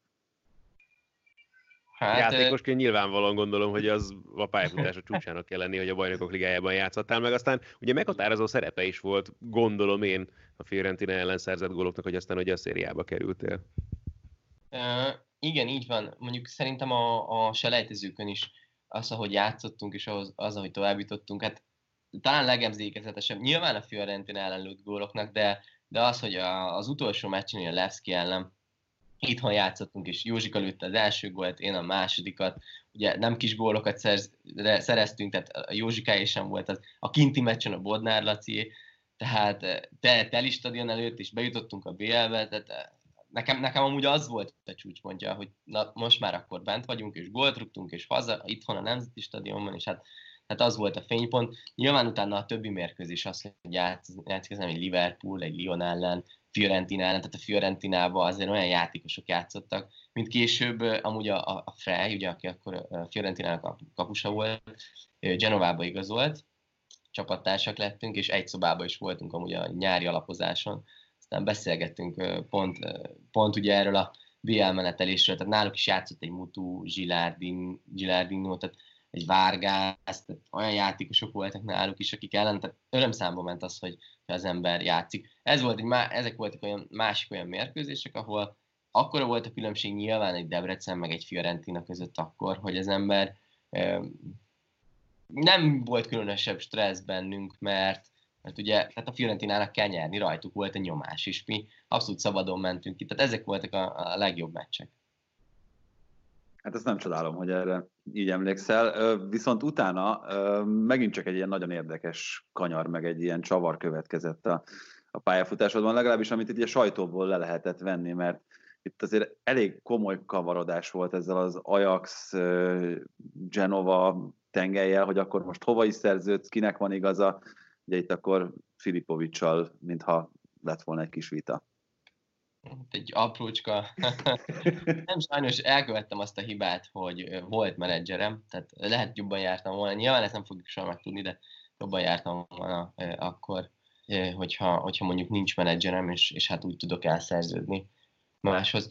Hát, játékosként nyilvánvalóan gondolom, hogy az a pályafutása csúcsának kell lenni, hogy a Bajnokok Ligájában játszottál, meg aztán ugye meghatározó szerepe is volt, gondolom én, a Fiorentina ellen szerzett góloknak, hogy aztán ugye a szériába kerültél. Uh, igen, így van. Mondjuk szerintem a, a selejtezőkön is az, ahogy játszottunk, és az, az ahogy továbbítottunk, hát talán legemlékezetesebb. Nyilván a Fiorentina ellen lőtt góloknak, de, de az, hogy a, az utolsó meccsen a Levski ellen itthon játszottunk, és Józsika lőtte az első gólt, én a másodikat. Ugye nem kis gólokat szerz, szereztünk, tehát a Józsikáé sem volt az. A kinti meccsen a Bodnár Lacié, tehát te, teli stadion előtt is bejutottunk a bé el-be, tehát nekem, nekem amúgy az volt a csúcspontja, hogy na, most már akkor bent vagyunk, és gólt rúgtunk, és haza, itthon a Nemzeti Stadionban, és hát, hát az volt a fénypont. Nyilván utána a többi mérkőzés az, hogy játszik egy Liverpool, egy Lyon ellen, Fiorentina ellen, tehát a Fiorentinában azért olyan játékosok játszottak, mint később amúgy a, a Frey, ugye, aki akkor a Fiorentinának a kapusa volt, Genovába igazolt, csapattársak lettünk, és egy szobában is voltunk amúgy a nyári alapozáson. Aztán beszélgettünk pont, pont ugye erről a bé el menetelésről, tehát náluk is játszott egy Mutu, Gilardin, Gilardino, tehát egy Vargas, tehát olyan játékosok voltak náluk is, akik ellen, tehát örömszámba ment az, hogy az ember játszik. Ez volt egy, ezek voltak olyan másik olyan mérkőzések, ahol akkora volt a különbség nyilván egy Debrecen meg egy Fiorentina között akkor, hogy az ember nem volt különösebb stressz bennünk, mert, mert ugye tehát a Fiorentinának kell nyerni, rajtuk volt a nyomás, és mi abszolút szabadon mentünk ki, tehát ezek voltak a, a legjobb meccsek. Hát ezt nem csodálom, hogy erre így emlékszel. Viszont utána megint csak egy ilyen nagyon érdekes kanyar, meg egy ilyen csavar következett a, a pályafutásodban, legalábbis amit itt a sajtóból le lehetett venni, mert itt azért elég komoly kavarodás volt ezzel az Ajax, Genova tengellyel, hogy akkor most hova is szerződsz, kinek van igaza. Ugye itt akkor Filipovics-sal, mintha lett volna egy kis vita. Egy aprócska. Nem, sajnos elkövettem azt a hibát, hogy volt menedzserem, tehát lehet jobban jártam volna. Nyilván ezt nem fogjuk soha megtudni, de jobban jártam volna akkor, hogyha, hogyha mondjuk nincs menedzserem, és, és hát úgy tudok elszerződni máshoz.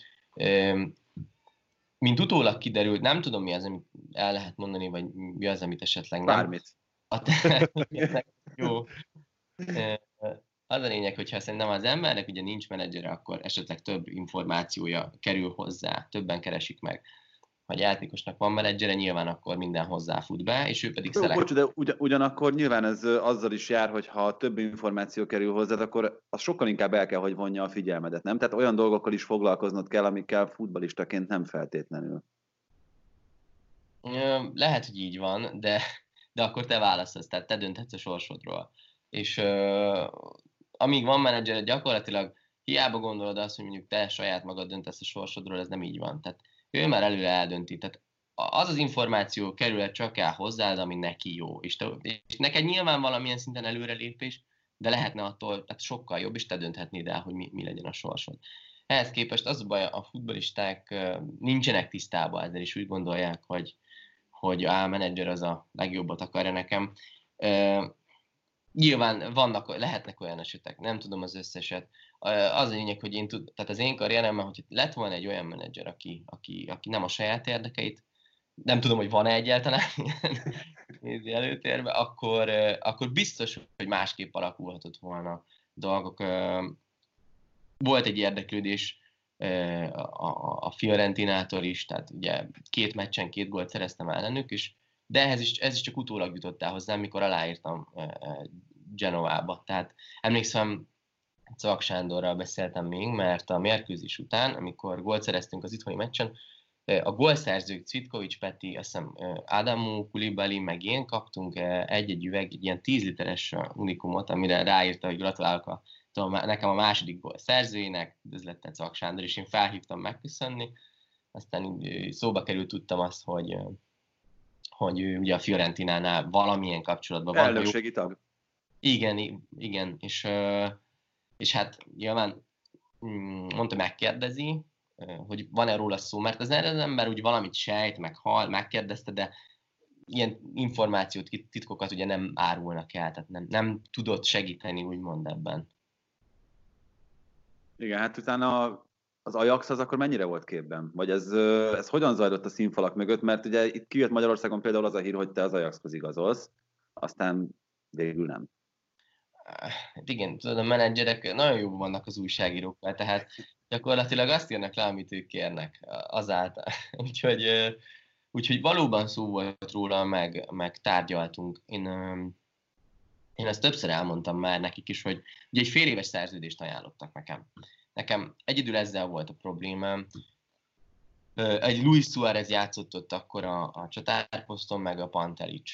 Mint utólag kiderült, nem tudom, mi az, amit el lehet mondani, vagy mi az, amit esetleg nem. Bármit. A te... Jó. Az a lényeg, hogyha szerintem az embernek ugye nincs menedzsere, akkor esetleg több információja kerül hozzá, többen keresik meg. Ha egy játékosnak van menedzsere, nyilván akkor minden hozzáfut be, és ő pedig szelekt. Bocs, de ugy- ugyanakkor nyilván ez azzal is jár, hogy ha több információ kerül hozzád, akkor az sokkal inkább el kell, hogy vonja a figyelmedet, nem? Tehát olyan dolgokkal is foglalkoznod kell, amikkel futballistaként nem feltétlenül. Lehet, hogy így van, de, de akkor te választasz, tehát te dönthetsz a sorsodról. És uh, amíg van menedzser, gyakorlatilag hiába gondolod azt, hogy mondjuk te saját magad döntesz a sorsodról, ez nem így van. Tehát ő már előre eldönti. Tehát az az információ kerül csak el hozzád, ami neki jó. És, te, és neked nyilván valamilyen szinten előrelépés, de lehetne attól tehát sokkal jobb, és te dönthetnéd el, hogy mi, mi legyen a sorsod. Ehhez képest az a baj, a futballisták nincsenek tisztában ezzel, és úgy gondolják, hogy, hogy a menedzser az a legjobbat akarja nekem. Nyilván vannak, lehetnek olyan esetek, nem tudom az összeset. Az a lényeg, hogy én tud, tehát az én karrieremben, hogy lett volna egy olyan menedzser, aki, aki, aki nem a saját érdekeit, nem tudom, hogy van-e egyáltalán nézi előtérbe, akkor, akkor biztos, hogy másképp alakulhatott volna dolgok. Volt egy érdeklődés a, a Fiorentinától is, tehát ugye két meccsen két gólt szereztem ellenük, és de ehhez is, ez is csak utólag jutott el hozzám, mikor aláírtam Genovába. Tehát emlékszem, Czak Sándorral beszéltem még, mert a mérkőzés után, amikor gólt szereztünk az itthoni meccsen, a gólszerzők Cvitkovics Peti, azt hiszem Adamu, Kulibali, meg én kaptunk egy-egy üveg, egy ilyen tíz literes unikumot, amire ráírta, hogy gratulálok a, tudom, nekem a második gól szerzőjének, ez lett Czak Sándor, és én felhívtam megköszönni. Aztán szóba került, tudtam azt, hogy hogy ő ugye a Fiorentinánál valamilyen kapcsolatban van. Elnökségi tag. Igen, igen, és, és hát nyilván mondta, megkérdezi, hogy van-e róla szó, mert az ember úgy valamit sejt, meg hall, megkérdezte, de ilyen információt, titkokat ugye nem árulnak el, tehát nem, nem tudott segíteni, úgymond ebben. Igen, hát utána az Ajax az akkor mennyire volt képben? Vagy ez, ez hogyan zajlott a színfalak mögött? Mert ugye itt kijött Magyarországon például az a hír, hogy te az Ajaxhoz igazolsz, aztán végül nem. Hát igen, tudod, a menedzserek nagyon jó vannak az újságírókkal, tehát gyakorlatilag azt írnak le, amit ők kérnek azáltal. úgyhogy, úgyhogy valóban szó volt róla, meg, meg tárgyaltunk. Én, én ezt többször elmondtam már nekik is, hogy ugye egy fél éves szerződést ajánlottak nekem. Nekem egyedül ezzel volt a problémám. Egy Luis Suárez játszott ott akkor a, a csatárposzton, meg a Pantelic.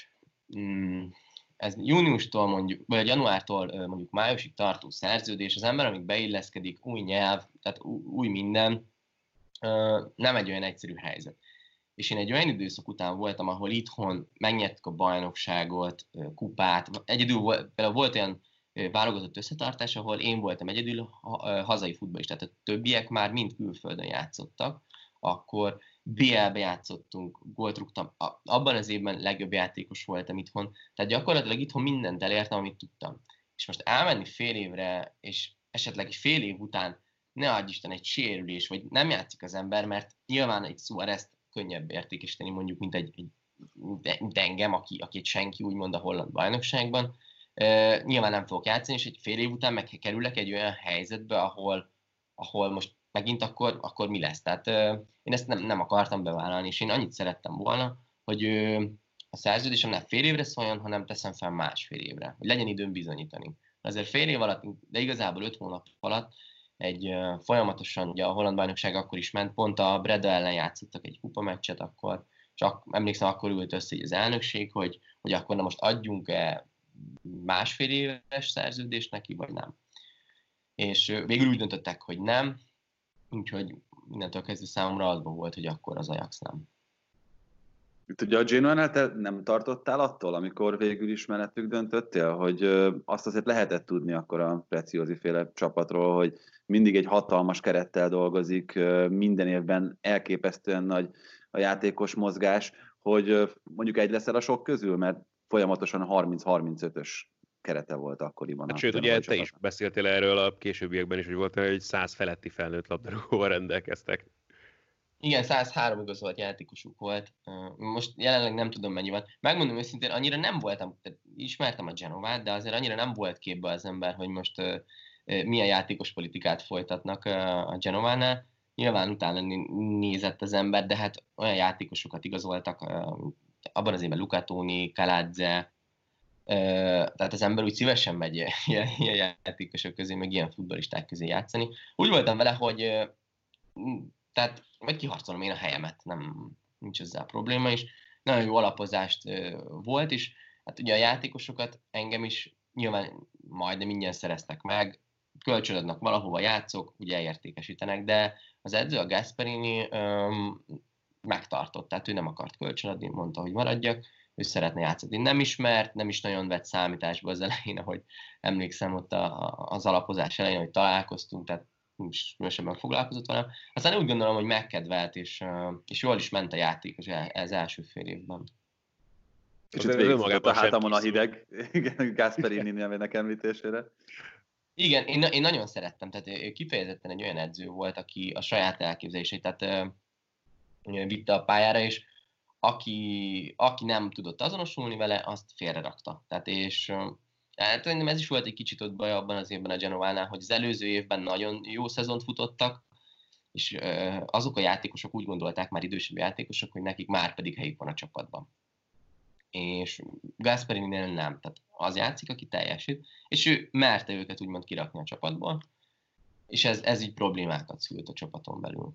Ez júniustól mondjuk, vagy januártól mondjuk májusig tartó szerződés, az ember, amíg beilleszkedik, új nyelv, tehát új minden, nem egy olyan egyszerű helyzet. És én egy olyan időszak után voltam, ahol itthon megnyertük a bajnokságot, kupát, egyedül volt, például volt olyan válogatott összetartás, ahol én voltam egyedül hazai futballista, tehát a többiek már mind külföldön játszottak, akkor bé el-be játszottunk, gólt rúgtam, abban az évben legjobb játékos voltam itthon, tehát gyakorlatilag itthon mindent elértem, amit tudtam. És most elmenni fél évre, és esetleg egy fél év után ne adj Isten egy sérülés, vagy nem játszik az ember, mert nyilván egy Suárezt könnyebb értékesíteni mondjuk, mint egy, egy mint engem, aki, aki egy senki úgymond a holland bajnokságban. Uh, nyilván nem fogok játszani, és egy fél év után megkerülek egy olyan helyzetbe, ahol, ahol most megint akkor, akkor mi lesz. Tehát uh, én ezt nem, nem akartam bevállalni, és én annyit szerettem volna, hogy uh, a szerződésem ne fél évre szóljon, hanem teszem fel másfél évre, hogy legyen időm bizonyítani. Azért fél év alatt, de igazából öt hónap alatt egy uh, folyamatosan, ugye a holland bajnokság akkor is ment, pont a Breda ellen játszottak egy kupameccset akkor, és ak- emlékszem, akkor ült össze az elnökség, hogy, hogy akkor na most adjunk-e másfél éves szerződést neki, vagy nem. És végül úgy döntöttek, hogy nem, úgyhogy innentől kezdve számomra azban volt, hogy akkor az Ajax nem. Itt ugye a Genoa-nál te nem tartottál attól, amikor végül is menetük döntöttél, hogy azt azért lehetett tudni akkor a Preziosi féle csapatról, hogy mindig egy hatalmas kerettel dolgozik, minden évben elképesztően nagy a játékos mozgás, hogy mondjuk egy leszel a sok közül, mert folyamatosan harminc-harmincötös kerete volt akkoriban. Hát sőt, ugye te is beszéltél erről a későbbiekben is, hogy volt, hogy száz feletti felnőtt labdarúgóval rendelkeztek. Igen, száz három igazolt játékosuk volt. Most jelenleg nem tudom mennyi van. Megmondom őszintén, annyira nem voltam, ismertem a Genovát, de azért annyira nem volt képbe az ember, hogy most uh, milyen játékos politikát folytatnak uh, a Genovánál. Nyilván utána nézett az ember, de hát olyan játékosokat igazoltak, uh, abban az évben Luca Toni, Kaladze, uh, tehát az ember úgy szívesen megy ilyen, ilyen játékosok közé, meg ilyen futballisták közé játszani. Úgy voltam vele, hogy uh, tehát meg kiharcolom én a helyemet, nem, nincs ezzel probléma is. Nagyon jó alapozást uh, volt, és hát ugye a játékosokat engem is nyilván majdnem ingyen szereztek meg, kölcsönadnak valahova játszok, ugye elértékesítenek, de az edző, a Gasperini um, megtartott, tehát ő nem akart kölcsönadni, mondta, hogy maradjak, ő szeretne játszani. Nem ismert, nem is nagyon vett számításba az elején, ahogy emlékszem ott a, a, az alapozás elején, hogy találkoztunk, tehát is különösebben foglalkozott velem. Aztán úgy gondolom, hogy megkedvelt, és, és jól is ment a játék az első fél évben. Kicsit végigfutott a hátamon a hideg, Gasperini nevének említésére. Igen, én, én nagyon szerettem, tehát kifejezetten egy olyan edző volt, aki a saját elképzeléseit, tehát uh, vitte a pályára, és aki, aki nem tudott azonosulni vele, azt félrerakta. Tehát és uh, Hát ez is volt egy kicsit ott baj abban az évben a Genovánál, hogy az előző évben nagyon jó szezont futottak, és azok a játékosok úgy gondolták, már idősebb játékosok, hogy nekik már pedig helyük van a csapatban. És Gasperininél nem, tehát az játszik, aki teljesít, és ő merte őket úgymond kirakni a csapatból, és ez, ez így problémákat szült a csapaton belül.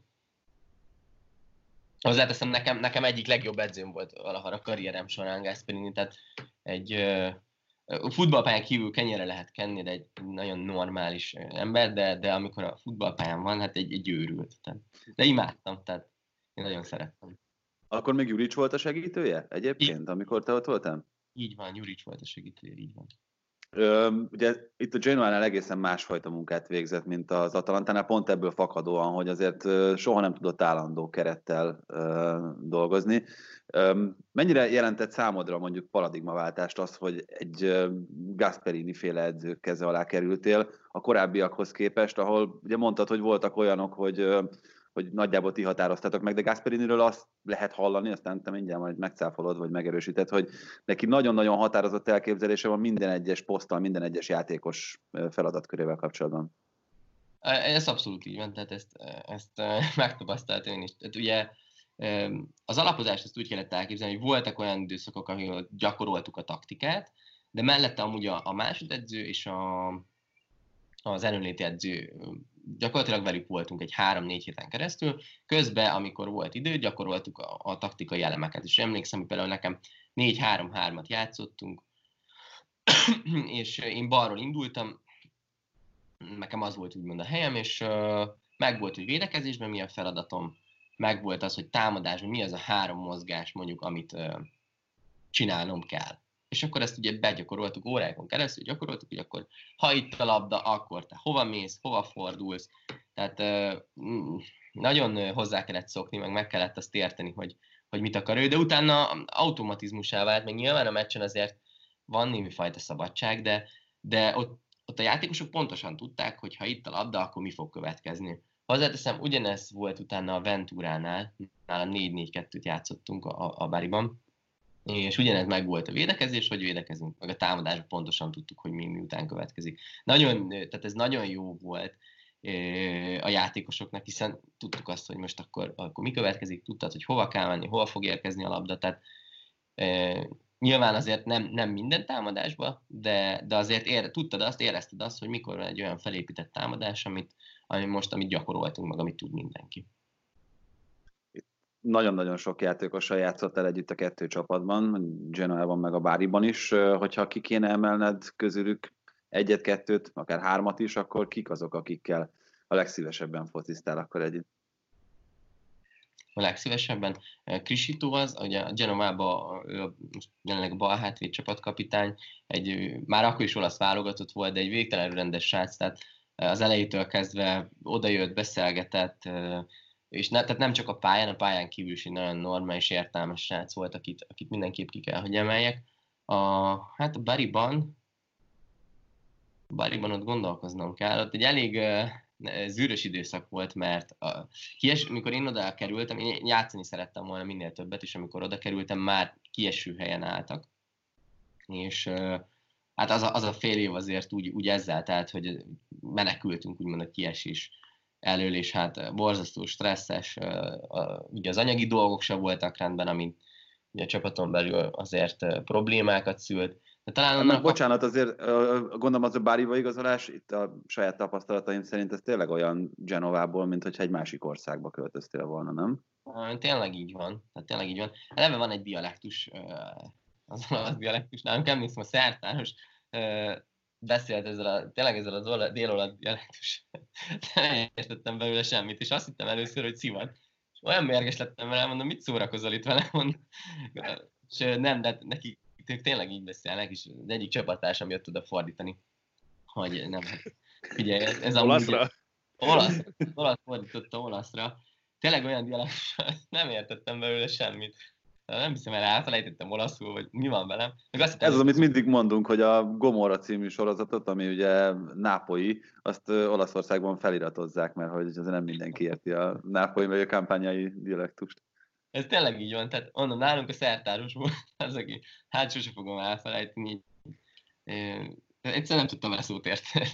Hozzáteszem, nekem, nekem egyik legjobb edzőm volt valaha a karrierem során Gasperini, tehát egy... futballpályán kívül kenyére lehet kenni, de egy nagyon normális ember, de, de amikor a futballpályán van, hát egy, egy őrült. Tehát. De imádtam, tehát én nagyon szerettem. Akkor még Juric volt a segítője egyébként, így, amikor te ott voltál? Így van, Juric volt a segítője, így van. Ö, ugye itt a Genoánál egészen másfajta munkát végzett, mint az Atalantánál, pont ebből fakadóan, hogy azért soha nem tudott állandó kerettel ö, dolgozni. Ö, mennyire jelentett számodra mondjuk paradigmaváltást az, hogy egy Gasperini-féle edző keze alá kerültél a korábbiakhoz képest, ahol ugye mondtad, hogy voltak olyanok, hogy hogy nagyjából ti határoztatok meg, de Gasperiniről azt lehet hallani, aztán te mindjárt majd megcáfolod, vagy megerősíted, hogy neki nagyon-nagyon határozott elképzelése van minden egyes poszttal, minden egyes játékos feladatkörével kapcsolatban. Ez abszolút így van, tehát ezt, ezt megtapasztaltam én is. Tehát ugye az alapozást ezt úgy kellett elképzelni, hogy voltak olyan időszakok, ahol gyakoroltuk a taktikát, de mellette amúgy a, a másodedző és a, az előléti edző, gyakorlatilag velük voltunk egy három-négy héten keresztül, közben, amikor volt idő, gyakoroltuk a, a taktikai elemeket, és emlékszem, hogy például nekem négy-három-hármat játszottunk, és én balról indultam, nekem az volt úgymond a helyem, és uh, meg volt, hogy védekezésben mi a feladatom, meg volt az, hogy támadásban mi az a három mozgás, mondjuk, amit uh, csinálnom kell. És akkor ezt ugye begyakoroltuk, órákon keresztül gyakoroltuk, hogy akkor ha itt a labda, akkor te hova mész, hova fordulsz. Tehát uh, nagyon hozzá kellett szokni, meg meg kellett azt érteni, hogy, hogy mit akar ő, de utána automatizmussá vált, meg nyilván a meccsen azért van némi fajta szabadság, de, de ott, ott a játékosok pontosan tudták, hogy ha itt a labda, akkor mi fog következni. Hozzáteszem, ugyanez volt utána a Venturánál, nálam négy négy kettőt játszottunk a, a Bariban, és ugyanez meg volt a védekezés, hogy védekezünk, meg a támadásban pontosan tudtuk, hogy mi miután következik. Nagyon, tehát ez nagyon jó volt a játékosoknak, hiszen tudtuk azt, hogy most akkor, akkor mi következik, tudtad, hogy hova kell menni, hova fog érkezni a labda, tehát e, nyilván azért nem, nem minden támadásban, de, de azért ér, tudtad azt, érezted azt, hogy mikor van egy olyan felépített támadás, amit, ami most, amit gyakoroltunk, meg amit tud mindenki. Nagyon-nagyon sok játékossal játszottál együtt a kettő csapatban, Genoában meg a Bariban is. Hogyha ki kéne emelned közülük egyet-kettőt, akár hármat is, akkor kik azok, akikkel a legszívesebben fociztál akkor együtt? a legszívesebben. Criscito az, ugye a Genovában jelenleg a bal hátvéd csapatkapitány, egy, már akkor is olasz válogatott volt, de egy végtelenül rendes srác, tehát az elejétől kezdve odajött, beszélgetett, és ne, tehát nem csak a pályán, a pályán kívül is egy nagyon normális, értelmes srác volt, akit, akit mindenképp ki kell, hogy emeljek. A, hát a Bariban, Bariban ott gondolkoznom kell, ott egy elég zűrös időszak volt, mert a, kies, amikor én oda kerültem, én játszani szerettem volna minél többet, és amikor oda kerültem, már kieső helyen álltak. És hát az a, az a fél év azért úgy, úgy ezzel, tehát, hogy menekültünk úgymond a kiesés elől, és hát borzasztó stresszes, ugye az anyagi dolgok sem voltak rendben, amit ugye a csapaton belül azért problémákat szült. De talán annak... Bocsánat, azért gondolom az a Bariba igazolás, itt a saját tapasztalataim szerint ez tényleg olyan Genovából, mint hogyha egy másik országba költöztél volna, nem? Tényleg így van, tehát tényleg így van. Eleve van egy dialektus, az olasz dialektus, nálunk emlékszem, a szertáros beszélt ezzel a, tényleg ezzel az dél-olasz dialektus. Nem értettem belőle semmit, és azt hittem először, hogy szivat. És olyan mérges lettem vele, mondom, mit szórakozol itt vele? Mondom. És nem, de neki ők tényleg így beszélnek, és az egyik csapattársam jött oda fordítani, hogy nem, figyelj, ez, ez olaszra? Amúgy, olasz, olasz fordította olaszra. Tényleg olyan dialektus, nem értettem belőle semmit. Nem hiszem, el elfelejtettem olaszul, vagy mi van velem. Meg azt hittem, ez az, amit mindig mondunk, hogy a Gomorra című sorozatot, ami ugye nápolyi, azt Olaszországban feliratozzák, mert hogy ez nem mindenki érti a nápolyi vagy a kampányai dialektust. Ez tényleg így van, tehát onnan nálunk a szertáros volt az, aki hát sose fogom elfelejteni. Egyszerűen nem tudtam vele szót érteni.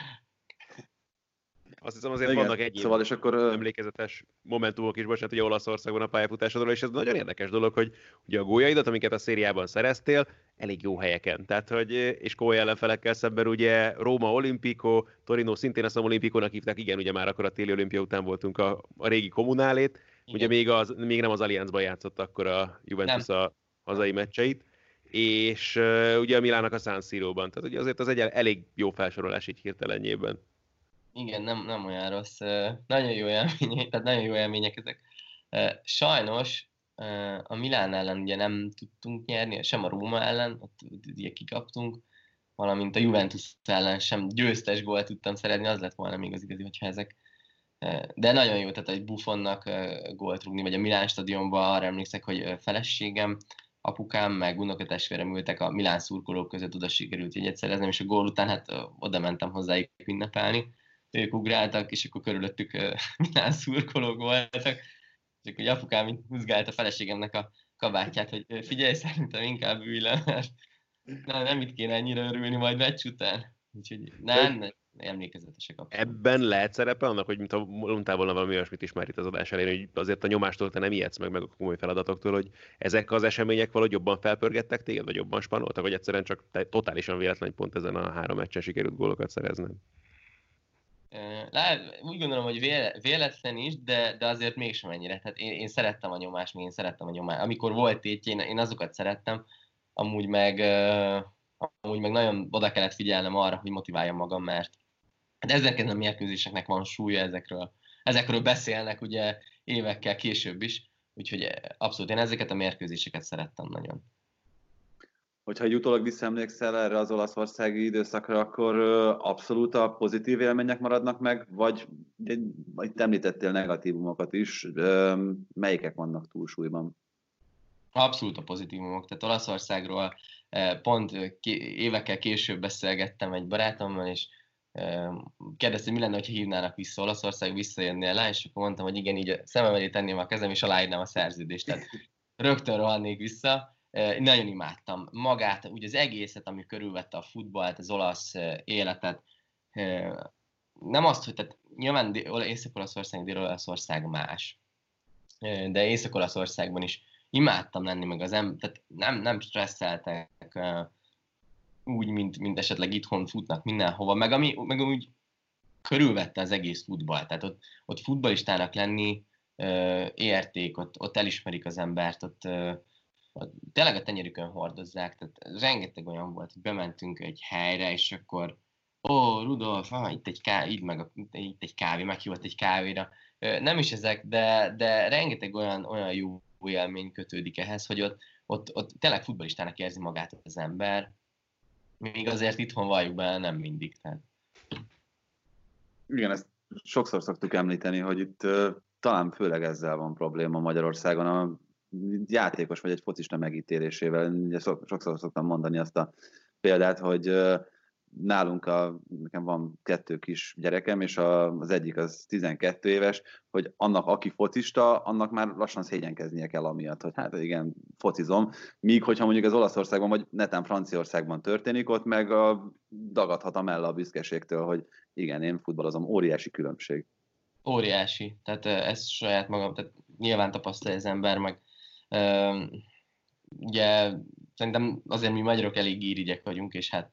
Azt hiszem azért igen, vannak egyéb szóval és akkor, emlékezetes momentumok is, bocsánat, ugye Olaszországban a pályafutásodról, és ez nagyon érdekes dolog, hogy ugye a góljaidat, amiket a szériában szereztél, elég jó helyeken. Tehát, hogy, és komoly ellenfelekkel szemben ugye Róma Olimpico, Torino szintén azt a Olimpikónak hívták, igen, ugye már akkor a téli olimpia után voltunk a, a régi kommunálét, igen. Ugye még, az, még nem az Allianzban játszott akkor a Juventus nem. a hazai meccseit, és uh, ugye a Milánnak a San Siróban. Tehát ugye azért az egy elég jó felsorolás így hirtelenjében. Igen, nem, nem olyan rossz. Nagyon jó élmények, tehát nagyon jó élmények ezek. Sajnos a Milán ellen ugye nem tudtunk nyerni, sem a Róma ellen, ott ugye kikaptunk, valamint a Juventus ellen sem győztes gólt tudtam szerezni, az lett volna még az igazi, hogyha ezek. De nagyon jó, tehát egy Buffonnak gólt rúgni, vagy a Milán stadionban arra emlékszek, hogy feleségem, apukám, meg unokatestvérem ültek a Milán szurkolók között, oda sikerült jegyet szereznem, és a gól után hát oda mentem hozzájuk ünnepelni. Ők ugráltak, és akkor körülöttük uh, Milán szurkolók voltak, és akkor apukám így húzgált a feleségemnek a kabátját, hogy figyelj, szerintem inkább ülj le, mert na, nem itt kéne ennyire örülni majd meccs után. Úgyhogy nem, nem emlékezetesek. Abszolút. Ebben lehet szerepe annak, hogy mint ha mondtál volna valami olyasmit is már itt az adás elején, hogy azért a nyomástól te nem ijedsz meg, meg a komoly feladatoktól, hogy ezek az események valahogy jobban felpörgettek téged, vagy jobban spanoltak, vagy egyszerűen csak totálisan véletlen, hogy pont ezen a három meccsen sikerült gólokat szerezned? Lát, úgy gondolom, hogy véletlen is, de, de azért mégsem ennyire. Tehát én, én szerettem a nyomást, még én szerettem a nyomást. Amikor volt tétje, én, én azokat szerettem, amúgy meg, uh, amúgy meg nagyon oda kellett figyelnem arra, hogy motiváljam magam, mert hát ezeknek a mérkőzéseknek van súlya, ezekről, ezekről beszélnek ugye évekkel később is, úgyhogy abszolút én ezeket a mérkőzéseket szerettem nagyon. Hogyha egy utólag visszaemlékszel erre az olaszországi időszakra, akkor abszolút a pozitív élmények maradnak meg, vagy itt említettél negatívumokat is, melyikek vannak túlsúlyban? Abszolút a pozitívumok. Tehát Olaszországról pont évekkel később beszélgettem egy barátommal, és kérdezte, mi lenne, ha hívnának vissza Olaszország, visszajönnél le, és akkor mondtam, hogy igen, így szemem elé tenném a kezem, és aláírnám a szerződést. Tehát rögtön rohannék vissza. Nagyon imádtam magát, ugye az egészet, ami körülvette a futballt, az olasz életet. Nem azt, hogy tehát nyilván Észak-Olaszország, Dél-Olaszország más, de Észak-Olaszországban is imádtam lenni, meg az em- tehát nem, nem stresszeltek úgy, mint, mint esetleg itthon futnak mindenhova, meg ami meg úgy körülvette az egész futball. Tehát ott, ott futballistának lenni érték, ott, ott elismerik az embert, ott tényleg a tenyerükön hordozzák, tehát rengeteg olyan volt, hogy bementünk egy helyre, és akkor ó, Rudolf, ah, itt egy kávé, itt meg a, itt egy kávé, meghívott egy kávéra, nem is ezek, de, de rengeteg olyan, olyan jó élmény kötődik ehhez, hogy ott, ott, ott tényleg futballistának érzi magát az ember, még azért itthon valljuk be, nem mindig. Tehát. Igen, ezt sokszor szoktuk említeni, hogy itt uh, talán főleg ezzel van probléma Magyarországon, a játékos vagy egy focista megítélésével. Ugye sokszor szoktam mondani azt a példát, hogy uh, nálunk a, nekem van kettő kis gyerekem, és a, az egyik az tizenkét éves, hogy annak, aki focista, annak már lassan szégyenkeznie kell amiatt, hogy hát igen, focizom. Míg, hogyha mondjuk az Olaszországban, vagy netán Franciaországban történik, ott meg a, dagadhat a mella a büszkeségtől, hogy igen, én futballozom. Óriási különbség. Óriási. Tehát ez saját magam, tehát nyilván tapasztalja az ember, meg uh, ugye szerintem azért mi magyarok elég irigyek vagyunk, és hát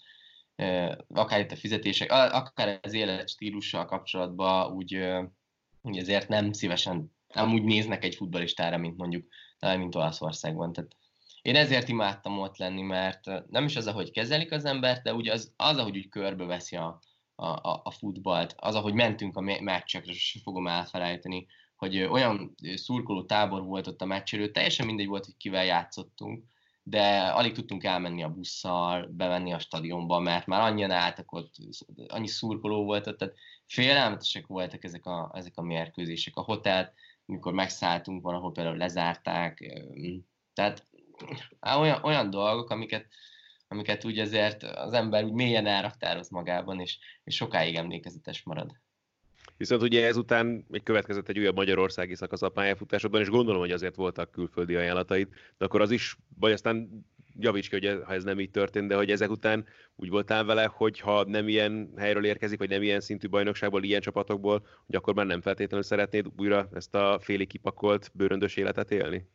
akár itt a fizetések, akár az életstílussal kapcsolatban úgy, úgy azért nem szívesen, nem úgy néznek egy futballistára, mint mondjuk, mint Olaszországban. Tehát én ezért imádtam ott lenni, mert nem is az, ahogy kezelik az embert, de úgy az, az ahogy úgy körbeveszi a, a, a futballt, az, ahogy mentünk a meccsekre, és fogom elfelejteni, hogy olyan szurkoló tábor volt ott a meccserő, teljesen mindegy volt, hogy kivel játszottunk, de alig tudtunk elmenni a busszal, bemenni a stadionba, mert már annyian álltak ott, annyi szurkoló volt ott, tehát félelmetesek voltak ezek a, ezek a mérkőzések. A hotelt, amikor megszálltunk, van, ahol például lezárták, tehát olyan, olyan dolgok, amiket, amiket úgy azért az ember úgy mélyen elraktároz magában, és, és sokáig emlékezetes marad. Viszont ugye ezután még következett egy újabb magyarországi szakasz a pályafutásodban, és gondolom, hogy azért voltak külföldi ajánlataid, de akkor az is, vagy aztán javíts ki, hogy ha ez nem így történt, de hogy ezek után úgy voltál vele, hogy ha nem ilyen helyről érkezik, vagy nem ilyen szintű bajnokságból, ilyen csapatokból, hogy akkor már nem feltétlenül szeretnéd újra ezt a félig kipakolt bőröndös életet élni?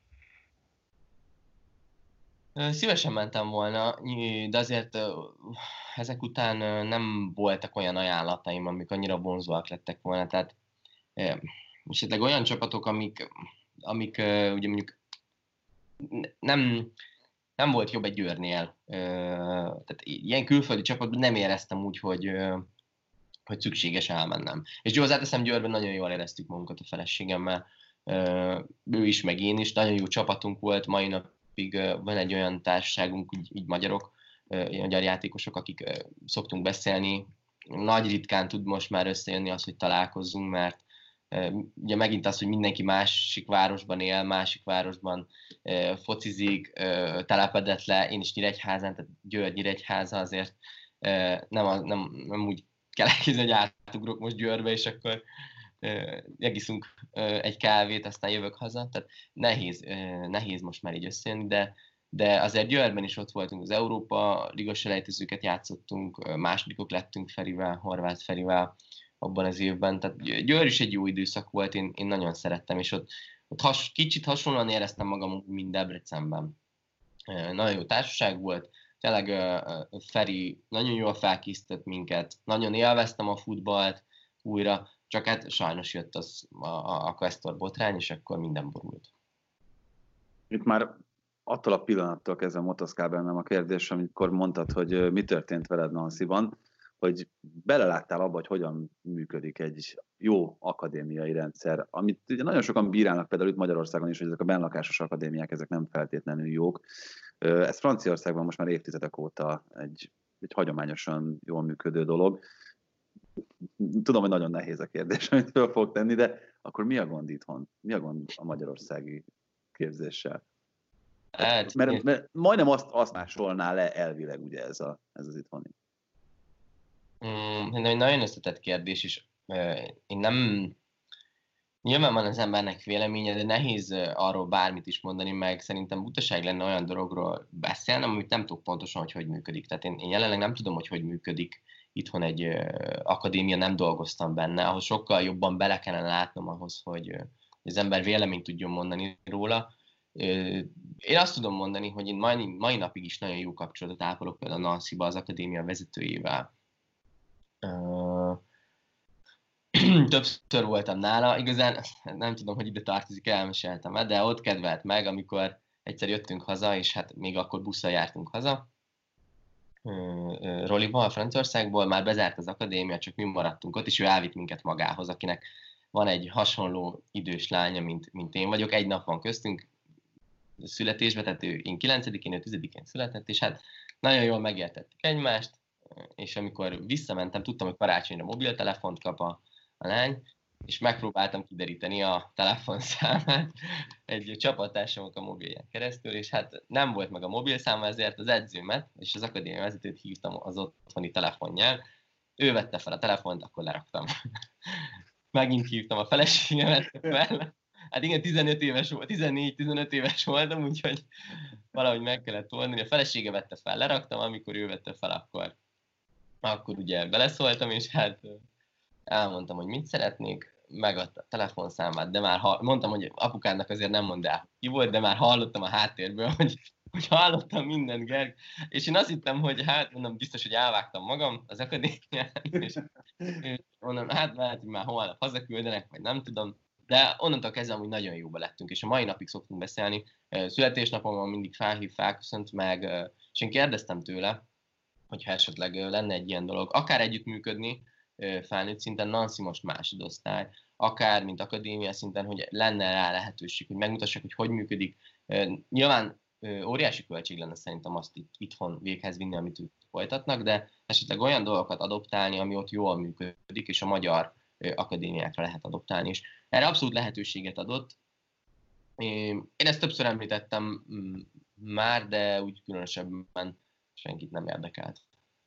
Szívesen mentem volna, de azért ezek után nem voltak olyan ajánlataim, amik annyira vonzóak lettek volna. Tehát esetleg olyan csapatok, amik, amik ugye mondjuk nem, nem volt jobb egy Győrnél. Tehát ilyen külföldi csapatban nem éreztem úgy, hogy, hogy szükséges elmennem. És hozzáteszem, Győrben nagyon jól éreztük magunkat a feleségemmel. Ő is, meg én is. Nagyon jó csapatunk volt, mai nap van egy olyan társaságunk, így, így magyarok, magyar játékosok, akik szoktunk beszélni. Nagy ritkán tud most már összejönni az, hogy találkozzunk, mert ugye megint az, hogy mindenki másik városban él, másik városban focizik, telepedett le, én is Nyíregyházán, tehát Győr Nyíregyháza, azért nem, a, nem, nem úgy kell elképzelni, hogy átugrok most Győrbe, és akkor megiszunk egy kávét, aztán jövök haza, tehát nehéz, nehéz most már így összejönni, de, de azért Győrben is ott voltunk, az Európa Liga selejtezőket játszottunk, másodikok lettünk Ferivel, Horváth Ferivel abban az évben, tehát Győr is egy jó időszak volt, én, én nagyon szerettem, és ott, ott has, kicsit hasonlóan éreztem magam, mint Debrecenben. Nagyon jó társaság volt, tényleg Feri nagyon jól felkészített minket, nagyon élveztem a futballt újra, csak hát sajnos jött az, a, a, a Questor botrány, és akkor minden borult. Itt már attól a pillanattól kezdve motoszkál bennem a kérdés, amikor mondtad, hogy mi történt veled Nancyban, hogy beleláttál abba, hogy hogyan működik egy jó akadémiai rendszer, amit ugye nagyon sokan bírálnak például itt Magyarországon is, hogy ezek a bennlakásos akadémiák, ezek nem feltétlenül jók. Ez Franciaországban most már évtizedek óta egy, egy hagyományosan jól működő dolog. Tudom, hogy nagyon nehéz a kérdés, amit föl fog tenni, de akkor mi a gond itthon? Mi a gond a magyarországi képzéssel? Hát, mert, mert majdnem azt, azt másolná le elvileg ugye ez, a, ez az itthoni. Mm, egy nagyon összetett kérdés, és uh, én nem... Nyilván van az embernek véleménye, de nehéz arról bármit is mondani, meg szerintem butaság lenne olyan dologról beszélnem, amit nem tudok pontosan, hogy hogy működik. Tehát én, én jelenleg nem tudom, hogy hogy működik itthon egy uh, akadémia, nem dolgoztam benne, ahhoz sokkal jobban bele kellene látnom ahhoz, hogy, uh, hogy az ember véleményt tudjon mondani róla. Uh, én azt tudom mondani, hogy én mai, mai napig is nagyon jó kapcsolatot ápolok például Nancyba az akadémia vezetőjével. Uh, Többször voltam nála, igazán nem tudom, hogy ide tartozik, elmeséltem el, de ott kedvelt meg, amikor egyszer jöttünk haza, és hát még akkor busszal jártunk haza, Rolival, Franciaországból, már bezárt az akadémia, csak mi maradtunk ott, és ő elvitt minket magához, akinek van egy hasonló idős lánya, mint, mint én vagyok, egy nap van köztünk születésbe, tehát ő, én kilencedikén, ő tizedikén született, és hát nagyon jól megértettük egymást, és amikor visszamentem, tudtam, hogy karácsonyra mobiltelefont kap a, a lány, és megpróbáltam kideríteni a telefonszámát egy csapattársamok a mobilján keresztül, és hát nem volt meg a mobilszáma, ezért az edzőmet és az akadémia vezetőt hívtam az otthoni telefonján. Ő vette fel a telefont, akkor leraktam. Megint hívtam a feleségemet fel. Hát igen, tizenöt éves volt, tizennégy-tizenöt éves voltam, úgyhogy valahogy meg kellett oldani. A felesége vette fel, leraktam, amikor ő vette fel, akkor, akkor ugye beleszóltam, és hát elmondtam, hogy mit szeretnék, megadta a telefonszámát, de már ha, mondtam, hogy apukádnak azért nem mondd el, ki volt, de már hallottam a háttérből, hogy, hogy hallottam mindent, Gerg, és én azt hittem, hogy hát mondom, biztos, hogy elvágtam magam az akadémián, és, és mondom, hát lehet, hogy már holnap hazaküldenek, vagy nem tudom, de onnantól kezdve amúgy nagyon jóba lettünk, és a mai napig szoktunk beszélni. Születésnapomon mindig felhív, felköszönt meg, és én kérdeztem tőle, hogyha esetleg lenne egy ilyen dolog, akár együttműködni felnőtt szinten, Nancy most másodosztály, akár mint akadémia szinten, hogy lenne rá lehetőség, hogy megmutassák, hogy hogy működik. Nyilván óriási költség lenne szerintem azt itt, itthon véghez vinni, amit ők folytatnak, de esetleg olyan dolgokat adoptálni, ami ott jól működik, és a magyar akadémiákra lehet adoptálni, és erre abszolút lehetőséget adott. Én ezt többször említettem már, de úgy különösebben senkit nem érdekelt.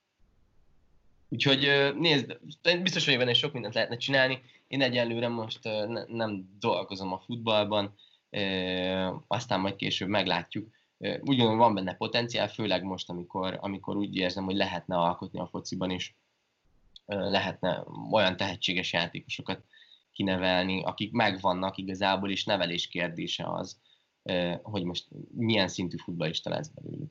Úgyhogy nézd, biztos vagyok benne, hogy sok mindent lehetne csinálni. Én egyelőre most ne, nem dolgozom a futballban, aztán majd később meglátjuk. Úgy gondolom, van benne potenciál, főleg most, amikor, amikor úgy érzem, hogy lehetne alkotni a fociban is. Lehetne olyan tehetséges játékosokat kinevelni, akik megvannak igazából, és nevelés kérdése az, hogy most milyen szintű futballista lesz belőlük.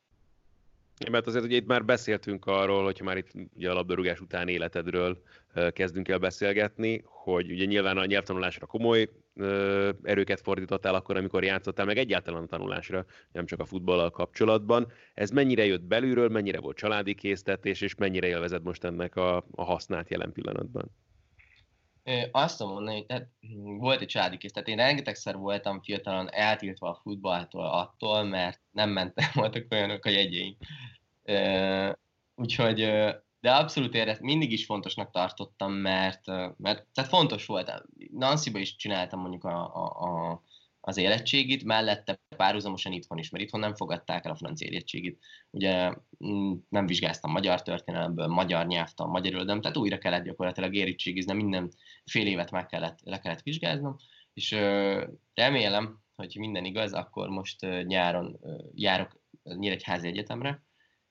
Mert azért ugye itt már beszéltünk arról, hogyha már itt ugye a labdarúgás után életedről kezdünk el beszélgetni, hogy ugye nyilván a nyelvtanulásra komoly erőket fordítottál akkor, amikor játszottál, meg egyáltalán a tanulásra, nem csak a futballal kapcsolatban. Ez mennyire jött belülről, mennyire volt családi késztetés, és mennyire élvezed most ennek a, a hasznát jelen pillanatban? Azt mondom, hogy tehát volt egy családi késztet. Én rengetegszer voltam fiatalon eltiltva a futballtól attól, mert nem mentem, voltak olyanok a jegyeim. Úgyhogy, de abszolút éreztem, mindig is fontosnak tartottam, mert, mert tehát fontos volt. Nancyba is csináltam mondjuk a, a, a, az érettségit, mellette párhuzamosan itthon is, mert itthon nem fogadták el a francia érettségit. Ugye nem vizsgáztam magyar történelemből, magyar nyelvtan, magyar irodalom, tehát újra kellett gyakorlatilag érettségizni, minden fél évet meg kellett, le kellett vizsgáznom, és remélem, hogy minden igaz, akkor most nyáron járok Nyíregyházi Egyetemre,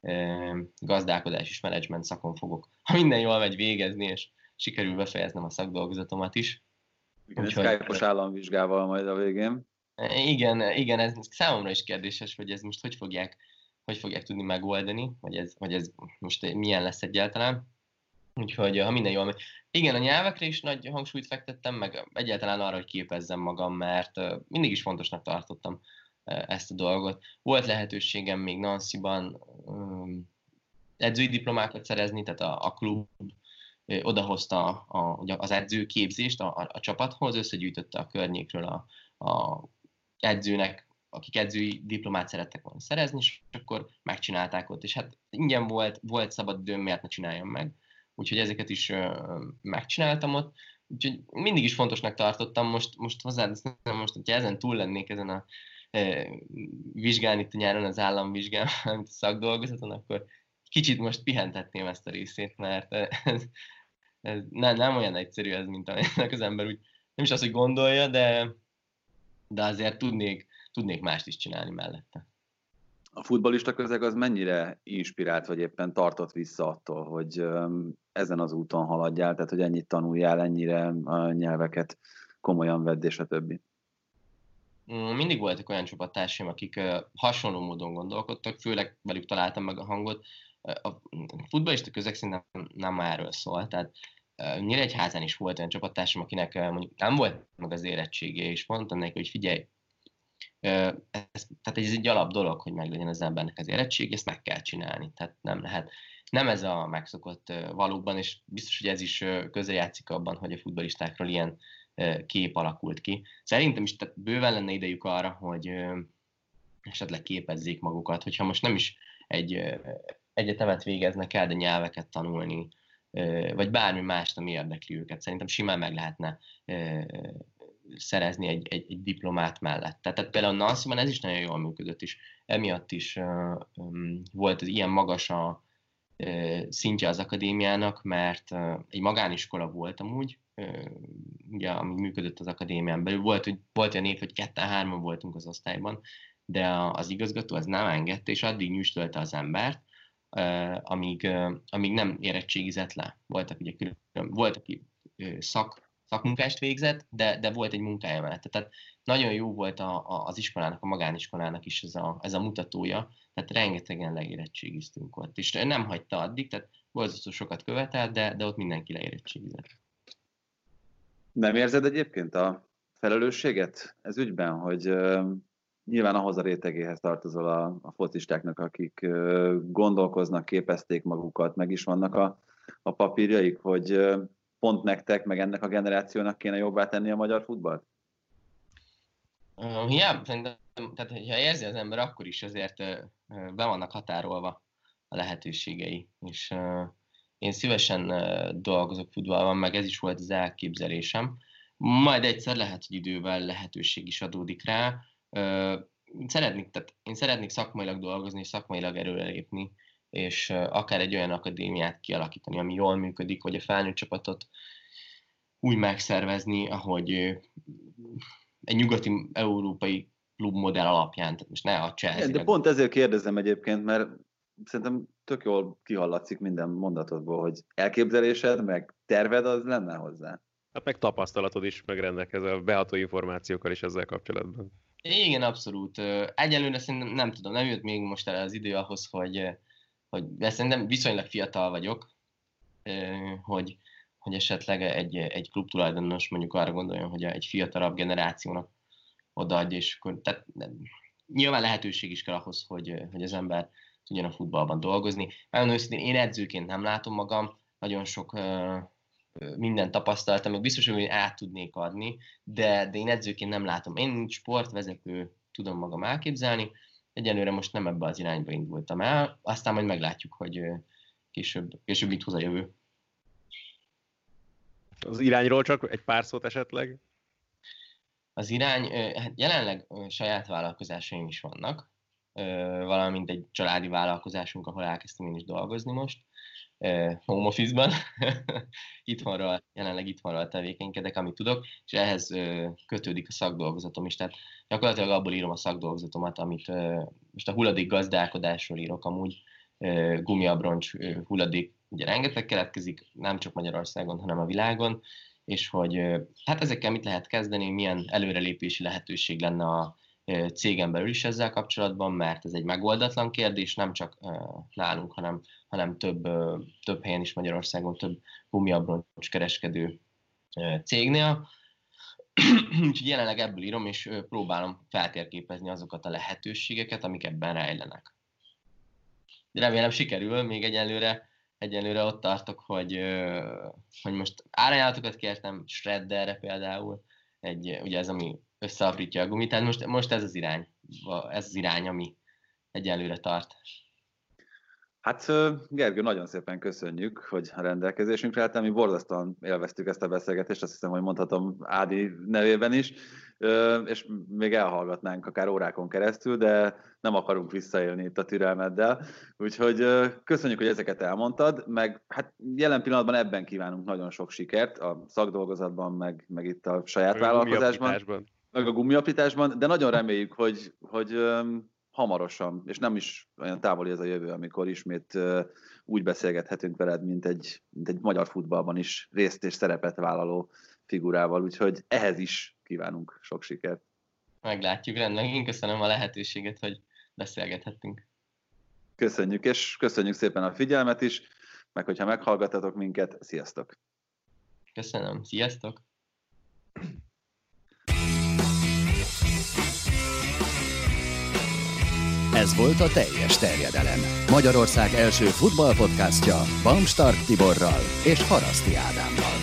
gazdálkodás és menedzsment szakon fogok, ha minden jól megy, végezni, és sikerül befejeznem a szakdolgozatomat is. Igen, Úgyhogy, egy Skype-os államvizsgával majd a végén. Igen, igen, ez számomra is kérdéses, hogy ez most hogy fogják, hogy fogják tudni megoldani, vagy ez, vagy ez most milyen lesz egyáltalán. Úgyhogy ha minden jól megy. Igen, a nyelvekre is nagy hangsúlyt fektettem, meg egyáltalán arra, hogy képezzem magam, mert mindig is fontosnak tartottam ezt a dolgot. Volt lehetőségem még Nancyban um, edzői diplomákat szerezni, tehát a, a klub odahozta a, az edzőképzést a, a, a csapathoz, összegyűjtötte a környékről a, a edzőnek, akik edzői diplomát szerettek volna szerezni, és akkor megcsinálták ott. És hát ingyen volt, volt szabad időm, miért ne csináljam meg. Úgyhogy ezeket is uh, megcsináltam ott. Úgyhogy mindig is fontosnak tartottam. Most, most hozzáteszem, most, hogyha ezen túl lennék ezen a uh, vizsgálni itt a nyáron az államvizsgán, amit a szakdolgozaton, akkor kicsit most pihentetném ezt a részét, mert ez, ez nem, nem olyan egyszerű ez, mint aminek az ember úgy, nem is az, hogy gondolja, de, de azért tudnék, tudnék mást is csinálni mellette. A futballista közeg az mennyire inspirált, vagy éppen tartott vissza attól, hogy ezen az úton haladjál, tehát hogy ennyit tanuljál, ennyire a nyelveket komolyan vedd, és a többi? Mindig voltak olyan csapattársaim, akik hasonló módon gondolkodtak, főleg velük találtam meg a hangot. A futballista közeg szerintem nem már erről szól, tehát Nyíregyházán is volt olyan csapattársam, akinek mondjuk nem volt meg az érettsége, és mondtam neki, hogy figyelj, ez, tehát ez egy alap dolog, hogy meglegyen az embernek az érettsége, ezt meg kell csinálni, tehát nem lehet. nem ez a megszokott valóban, és biztos, hogy ez is közrejátszik abban, hogy a futballistákról ilyen kép alakult ki. Szerintem is tehát bőven lenne idejük arra, hogy esetleg képezzék magukat, hogyha most nem is egy egyetemet végeznek el, de nyelveket tanulni, vagy bármi mást, ami érdekli őket. Szerintem simán meg lehetne szerezni egy, egy, egy diplomát mellett. Tehát például Nancyban ez is nagyon jól működött, és emiatt is volt az ilyen magas a szintje az akadémiának, mert egy magániskola volt amúgy, ugye, ami működött az akadémián belül. Volt, hogy, volt olyan év, hogy ketten-hárman voltunk az osztályban, de az igazgató az nem engedte, és addig nyüstölte az embert, amíg, amíg nem érettségizett le. Voltak ugye külön, volt, aki szak, szakmunkást végzett, de, de volt egy munkája mellette. Tehát nagyon jó volt a, a, az iskolának, a magániskolának is ez a, ez a mutatója, tehát rengetegen leérettségiztünk ott. És nem hagyta addig, tehát borzasztó sokat követelt, de, de ott mindenki leérettségizett. Nem érzed egyébként a felelősséget ez ügyben, hogy uh, nyilván ahhoz a rétegéhez tartozol a, a focistáknak, akik uh, gondolkoznak, képezték magukat, meg is vannak a, a papírjaik, hogy uh, pont nektek, meg ennek a generációnak kéne jobbá tenni a magyar futballt? Uh, hiába, szerintem, tehát ha érzi az ember, akkor is azért uh, be vannak határolva a lehetőségei, és uh, én szívesen uh, dolgozok futballban, meg ez is volt az elképzelésem. Majd egyszer lehet, hogy idővel lehetőség is adódik rá. Uh, szeretnék, tehát én szeretnék szakmailag dolgozni, és szakmailag előrelépni, és uh, akár egy olyan akadémiát kialakítani, ami jól működik, vagy a felnőtt csapatot úgy megszervezni, ahogy uh, egy nyugati európai klubmodell alapján, tehát most ne a Chelsea. De pont ezért kérdezem egyébként, mert szerintem tök jól kihallatszik minden mondatodból, hogy elképzelésed, meg terved az lenne hozzá. Hát meg tapasztalatod is, meg rendelkezel beható információkkal is ezzel kapcsolatban. Igen, abszolút. Egyelőre szerintem nem tudom, nem jött még most el az idő ahhoz, hogy, hogy szerintem viszonylag fiatal vagyok, hogy, hogy esetleg egy, egy klubtulajdonos mondjuk arra gondoljon, hogy egy fiatalabb generációnak odaadja, és akkor, tehát nyilván lehetőség is kell ahhoz, hogy, hogy az ember tudjon a futballban dolgozni. Nagyon őszintén én edzőként nem látom magam, nagyon sok uh, minden tapasztaltam, meg biztos, hogy át tudnék adni, de, de én edzőként nem látom. Én sportvezető tudom magam elképzelni, egyelőre most nem ebbe az irányba indultam el, aztán majd meglátjuk, hogy uh, később, később mit hoz a jövő. Az irányról csak egy pár szót esetleg? Az irány, hát jelenleg saját vállalkozásaim is vannak, valamint egy családi vállalkozásunk, ahol elkezdtem én is dolgozni most, home office-ban, itthonról, jelenleg itthonról tevékenykedek, amit tudok, és ehhez kötődik a szakdolgozatom is, tehát gyakorlatilag abból írom a szakdolgozatomat, amit most a hulladék gazdálkodásról írok amúgy, gumiabroncs hulladék, ugye rengeteg keletkezik, nem csak Magyarországon, hanem a világon, és hogy hát ezekkel mit lehet kezdeni, milyen előrelépési lehetőség lenne a cégen belül is ezzel kapcsolatban, mert ez egy megoldatlan kérdés, nem csak nálunk, hanem, hanem több, több helyen is Magyarországon, több gumiabroncs kereskedő cégnél. Úgyhogy jelenleg ebből írom, és próbálom feltérképezni azokat a lehetőségeket, amik ebben rejlenek. De remélem sikerül, még egyelőre Egyelőre ott tartok, hogy, hogy most árajánlatokat kértem Shredderre például, egy, ugye ez, ami összeaprítja a gumit, tehát most, most ez az irány, ez az irány, ami egyelőre tart. Hát Gergő, nagyon szépen köszönjük, hogy a rendelkezésünkre álltál. Mi borzasztóan élveztük ezt a beszélgetést, azt hiszem, hogy mondhatom Ádi nevében is, és még elhallgatnánk akár órákon keresztül, de nem akarunk visszaélni itt a türelmeddel. Úgyhogy köszönjük, hogy ezeket elmondtad, meg hát jelen pillanatban ebben kívánunk nagyon sok sikert, a szakdolgozatban, meg, meg itt a saját vállalkozásban, meg a gumiapításban, de nagyon reméljük, hogy, hogy hamarosan, és nem is olyan távoli ez a jövő, amikor ismét uh, úgy beszélgethetünk veled, mint egy, mint egy magyar futballban is részt és szerepet vállaló figurával, úgyhogy ehhez is kívánunk sok sikert. Meglátjuk, rendben. Én köszönöm a lehetőséget, hogy beszélgethettünk. Köszönjük, és köszönjük szépen a figyelmet is, meg hogyha meghallgattatok minket, sziasztok! Köszönöm, sziasztok! Ez volt a Teljes Terjedelem. Magyarország első futballpodcastja Bamstart Tiborral és Haraszti Ádámmal.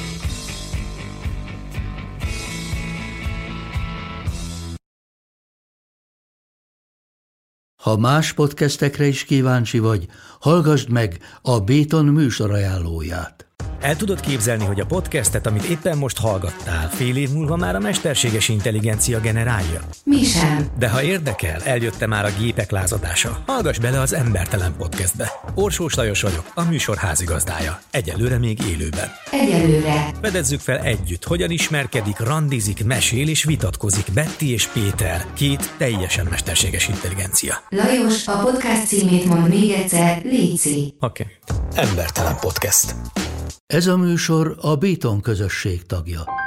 Ha más podcastekre is kíváncsi vagy, hallgassd meg a Béton műsor ajánlóját. El tudod képzelni, hogy a podcastet, amit éppen most hallgattál, fél év múlva már a mesterséges intelligencia generálja? Mi sem. De ha érdekel, eljött már a gépek lázadása. Hallgass bele az Embertelen podcastbe. Orsós Lajos vagyok, a műsor házigazdája. Egyelőre még élőben. Egyelőre. Fedezzük fel együtt, hogyan ismerkedik, randizik, mesél és vitatkozik Betty és Péter, két teljesen mesterséges intelligencia. Lajos, a podcast címét mond még egyszer, léci. Oké. Okay. Embertelen podcast. Ez a műsor a Béton közösség tagja.